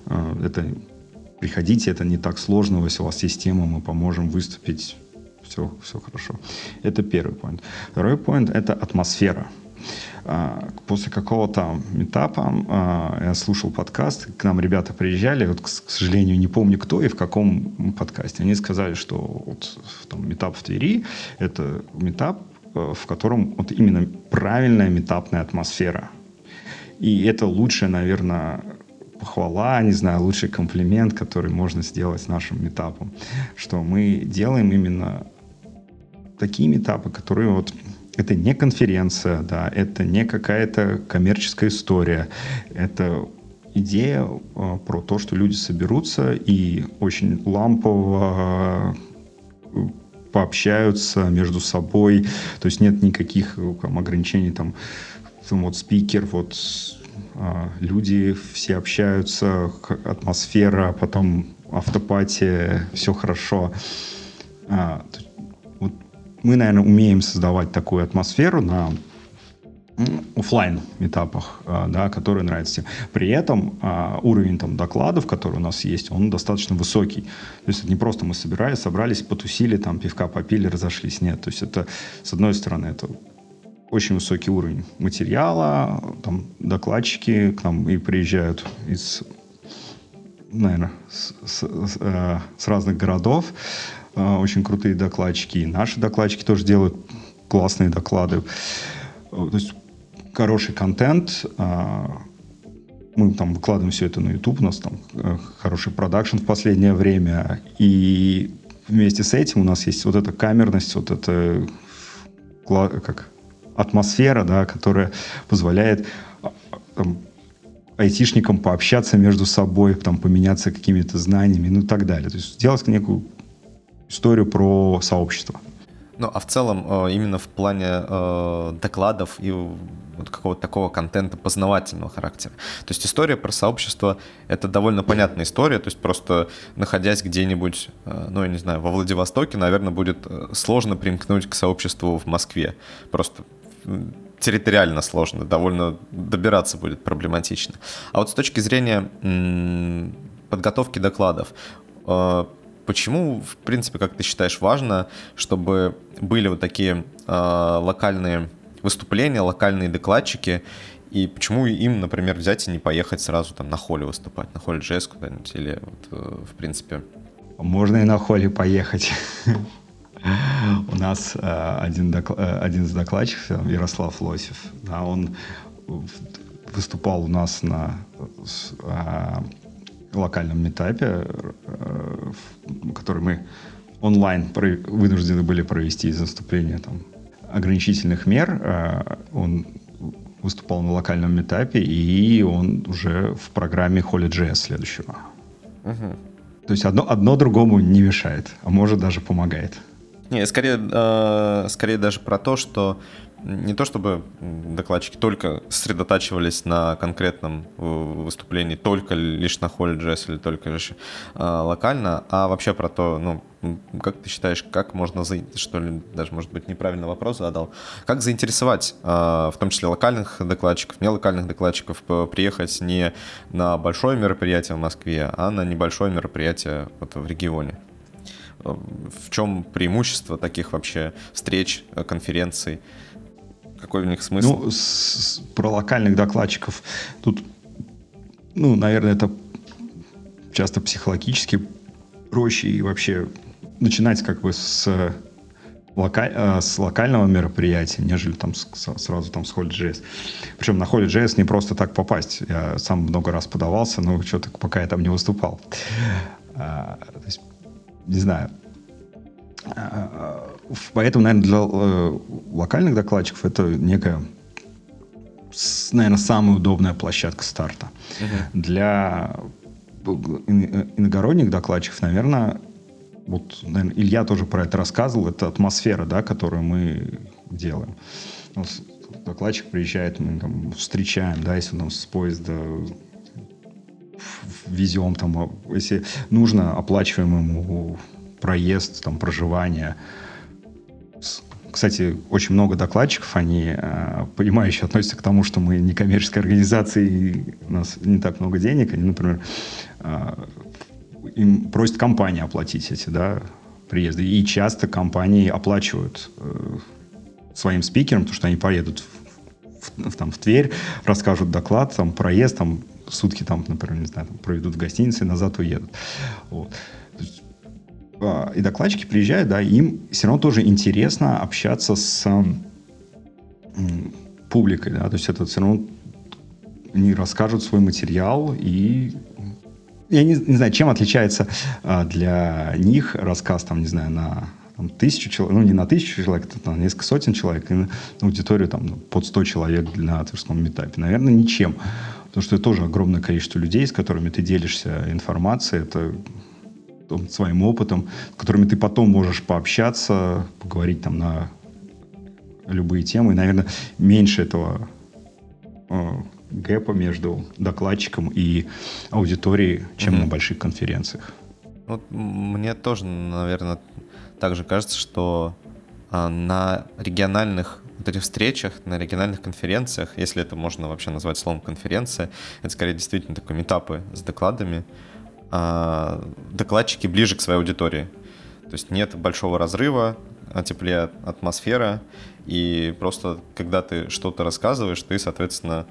приходите, это не так сложно, если у вас есть тема, мы поможем выступить, все хорошо. Это первый поинт. Второй поинт — это атмосфера. После какого-то митапа я слушал подкаст, к нам ребята приезжали, к сожалению, не помню кто и в каком подкасте. Они сказали, что митап в Твери — это митап, в котором именно правильная митапная атмосфера. И это лучшая, наверное, похвала, не знаю, лучший комплимент, который можно сделать нашим митапам, что мы делаем именно такие митапы, которые это не конференция, это не какая-то коммерческая история, это идея про то, что люди соберутся и очень лампово пообщаются между собой, то есть нет никаких ограничений, спикер, люди все общаются, атмосфера, потом автопатия, все хорошо. Мы, наверное, умеем создавать такую атмосферу на офлайн метапах, которые нравятся всем. При этом уровень докладов, который у нас есть, он достаточно высокий. То есть это не просто мы собрались, потусили, пивка попили, разошлись. Нет, то есть это, с одной стороны, это очень высокий уровень материала, докладчики к нам и приезжают из, наверное, с разных городов, очень крутые докладчики, и наши докладчики тоже делают классные доклады. То есть хороший контент, Мы там выкладываем все это на YouTube, у нас там хороший продакшн в последнее время, и вместе с этим у нас есть вот эта камерность, вот эта как атмосфера, да, которая позволяет там, айтишникам пообщаться между собой, там, поменяться какими-то знаниями, ну и так далее. То есть сделать некую историю про сообщество. Ну, а в целом, именно в плане докладов и вот какого-то такого контента познавательного характера. То есть история про сообщество — это довольно понятная история, то есть просто находясь где-нибудь, ну, я не знаю, во Владивостоке, наверное, будет сложно примкнуть к сообществу в Москве. Просто территориально сложно, довольно добираться будет проблематично. А вот с точки зрения подготовки докладов, почему, в принципе, как ты считаешь, важно, чтобы были вот такие локальные выступления, локальные докладчики, и почему им, например, взять и не поехать сразу там на холле выступать, на холле JS куда-нибудь, или вот, в принципе... Можно и на холле поехать. У нас один из докладчиков, Ярослав Лосев, да, он выступал у нас на локальном митапе, который мы онлайн вынуждены были провести из-за наступления там ограничительных мер. Он выступал на локальном митапе, и он уже в программе Holy.js следующего. Угу. То есть одно другому не мешает, а может даже помогает. Не, скорее даже про то, что не то чтобы докладчики только сосредотачивались на конкретном выступлении, только лишь на Holy.js или только лишь локально, а вообще про то, ну, как ты считаешь, как можно, что ли, даже, может быть, неправильный вопрос задал, как заинтересовать, в том числе локальных докладчиков, не локальных докладчиков, приехать не на большое мероприятие в Москве, а на небольшое мероприятие вот в регионе? В чем преимущество таких вообще встреч, конференций? Какой в них смысл? Ну, про локальных докладчиков тут, ну, наверное, это часто психологически проще и вообще начинать как бы с локального мероприятия, нежели там сразу там с Holy.js. Причем на Holy.js не просто так попасть. Я сам много раз подавался, но что-то пока я там не выступал. То есть, не знаю. Поэтому, наверное, для локальных докладчиков это некая, наверное, самая удобная площадка старта. Для иногородних докладчиков, наверное, вот, наверное, Илья тоже про это рассказывал, это атмосфера, да, которую мы делаем. Докладчик приезжает, мы там встречаем, да, если он там с поезда везем, там, если нужно, оплачиваем ему проезд, там, проживание. Кстати, очень много докладчиков, они понимающе относятся к тому, что мы не коммерческая организация, и у нас не так много денег. Они, например, им просят компании оплатить эти, да, приезды. И часто компании оплачивают своим спикерам, потому что они поедут в Тверь, расскажут доклад, там, проезд, там, сутки, там, например, не знаю, там, проведут в гостинице и назад уедут. Вот. И докладчики приезжают, да, им все равно тоже интересно общаться с публикой, да, то есть это все равно они расскажут свой материал, и я не знаю, чем отличается для них рассказ, там, не знаю, на там, 1000 человек, ну, не на 1000 человек, это на несколько сотен человек, и на аудиторию там под 100 человек на Тверском митапе. Наверное, ничем, потому что это тоже огромное количество людей, с которыми ты делишься информацией, это своим опытом, с которыми ты потом можешь пообщаться, поговорить там на любые темы. И, наверное, меньше этого гэпа между докладчиком и аудиторией, чем на больших конференциях. Вот мне тоже, наверное, также кажется, что на региональных вот этих встречах, на региональных конференциях, если это можно вообще назвать словом конференция, это скорее действительно такие митапы с докладами, докладчики ближе к своей аудитории. То есть нет большого разрыва, теплее атмосфера, и просто когда ты что-то рассказываешь, ты, соответственно,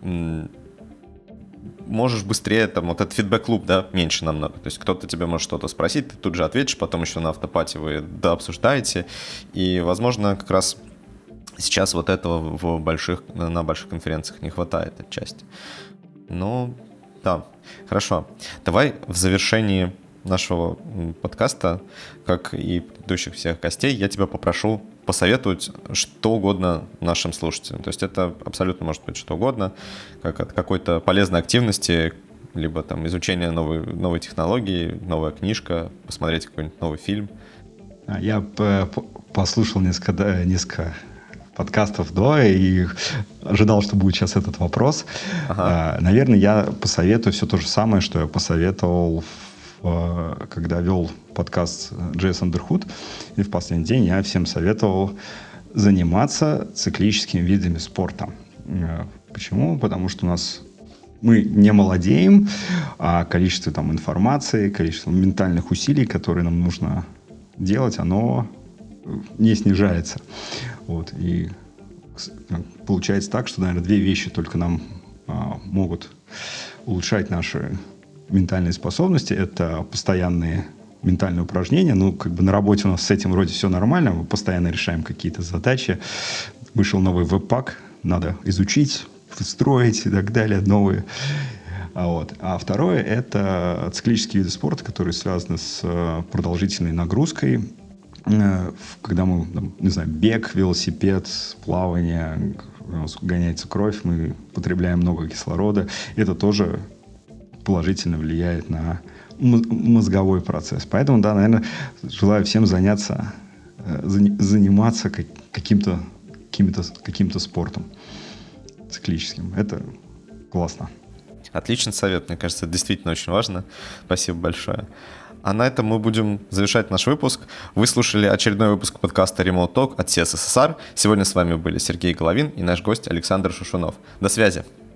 можешь быстрее, там, вот этот фидбэк-клуб, да, меньше нам надо. То есть кто-то тебе может что-то спросить, ты тут же ответишь, потом еще на автопате вы дообсуждаете, и, возможно, как раз сейчас вот этого на больших конференциях не хватает отчасти. Ну, да, хорошо. Давай в завершении нашего подкаста, как и предыдущих всех гостей, я тебя попрошу посоветовать что угодно нашим слушателям. То есть это абсолютно может быть что угодно, как от какой-то полезной активности, либо там изучение новой технологии, новая книжка, посмотреть какой-нибудь новый фильм. Я послушал несколько подкастов до и ожидал, что будет сейчас этот вопрос. Ага. Наверное, я посоветую все то же самое, что я посоветовал, когда вел подкаст JS Underhood. И в последний день я всем советовал заниматься циклическими видами спорта. Почему? Потому что мы не молодеем, а количество там информации, количество ментальных усилий, которые нам нужно делать, оно не снижается. Вот. И получается так, что, наверное, две вещи только нам могут улучшать наши ментальные способности. Это постоянные ментальные упражнения. Ну, как бы на работе у нас с этим вроде все нормально. Мы постоянно решаем какие-то задачи. Вышел новый веб-пак, надо изучить, строить и так далее, новые. А второе – это циклические виды спорта, которые связаны с продолжительной нагрузкой. Когда мы, не знаю, бег, велосипед, плавание, у нас гоняется кровь, мы потребляем много кислорода. Это тоже положительно влияет на мозговой процесс. Поэтому, да, наверное, желаю всем заниматься каким-то спортом циклическим. Это классно. Отличный совет, мне кажется, это действительно очень важно. Спасибо большое. А на этом мы будем завершать наш выпуск. Вы слушали очередной выпуск подкаста Remote Talk от CSSR. Сегодня с вами были Сергей Головин и наш гость Александр Шушунов. До связи.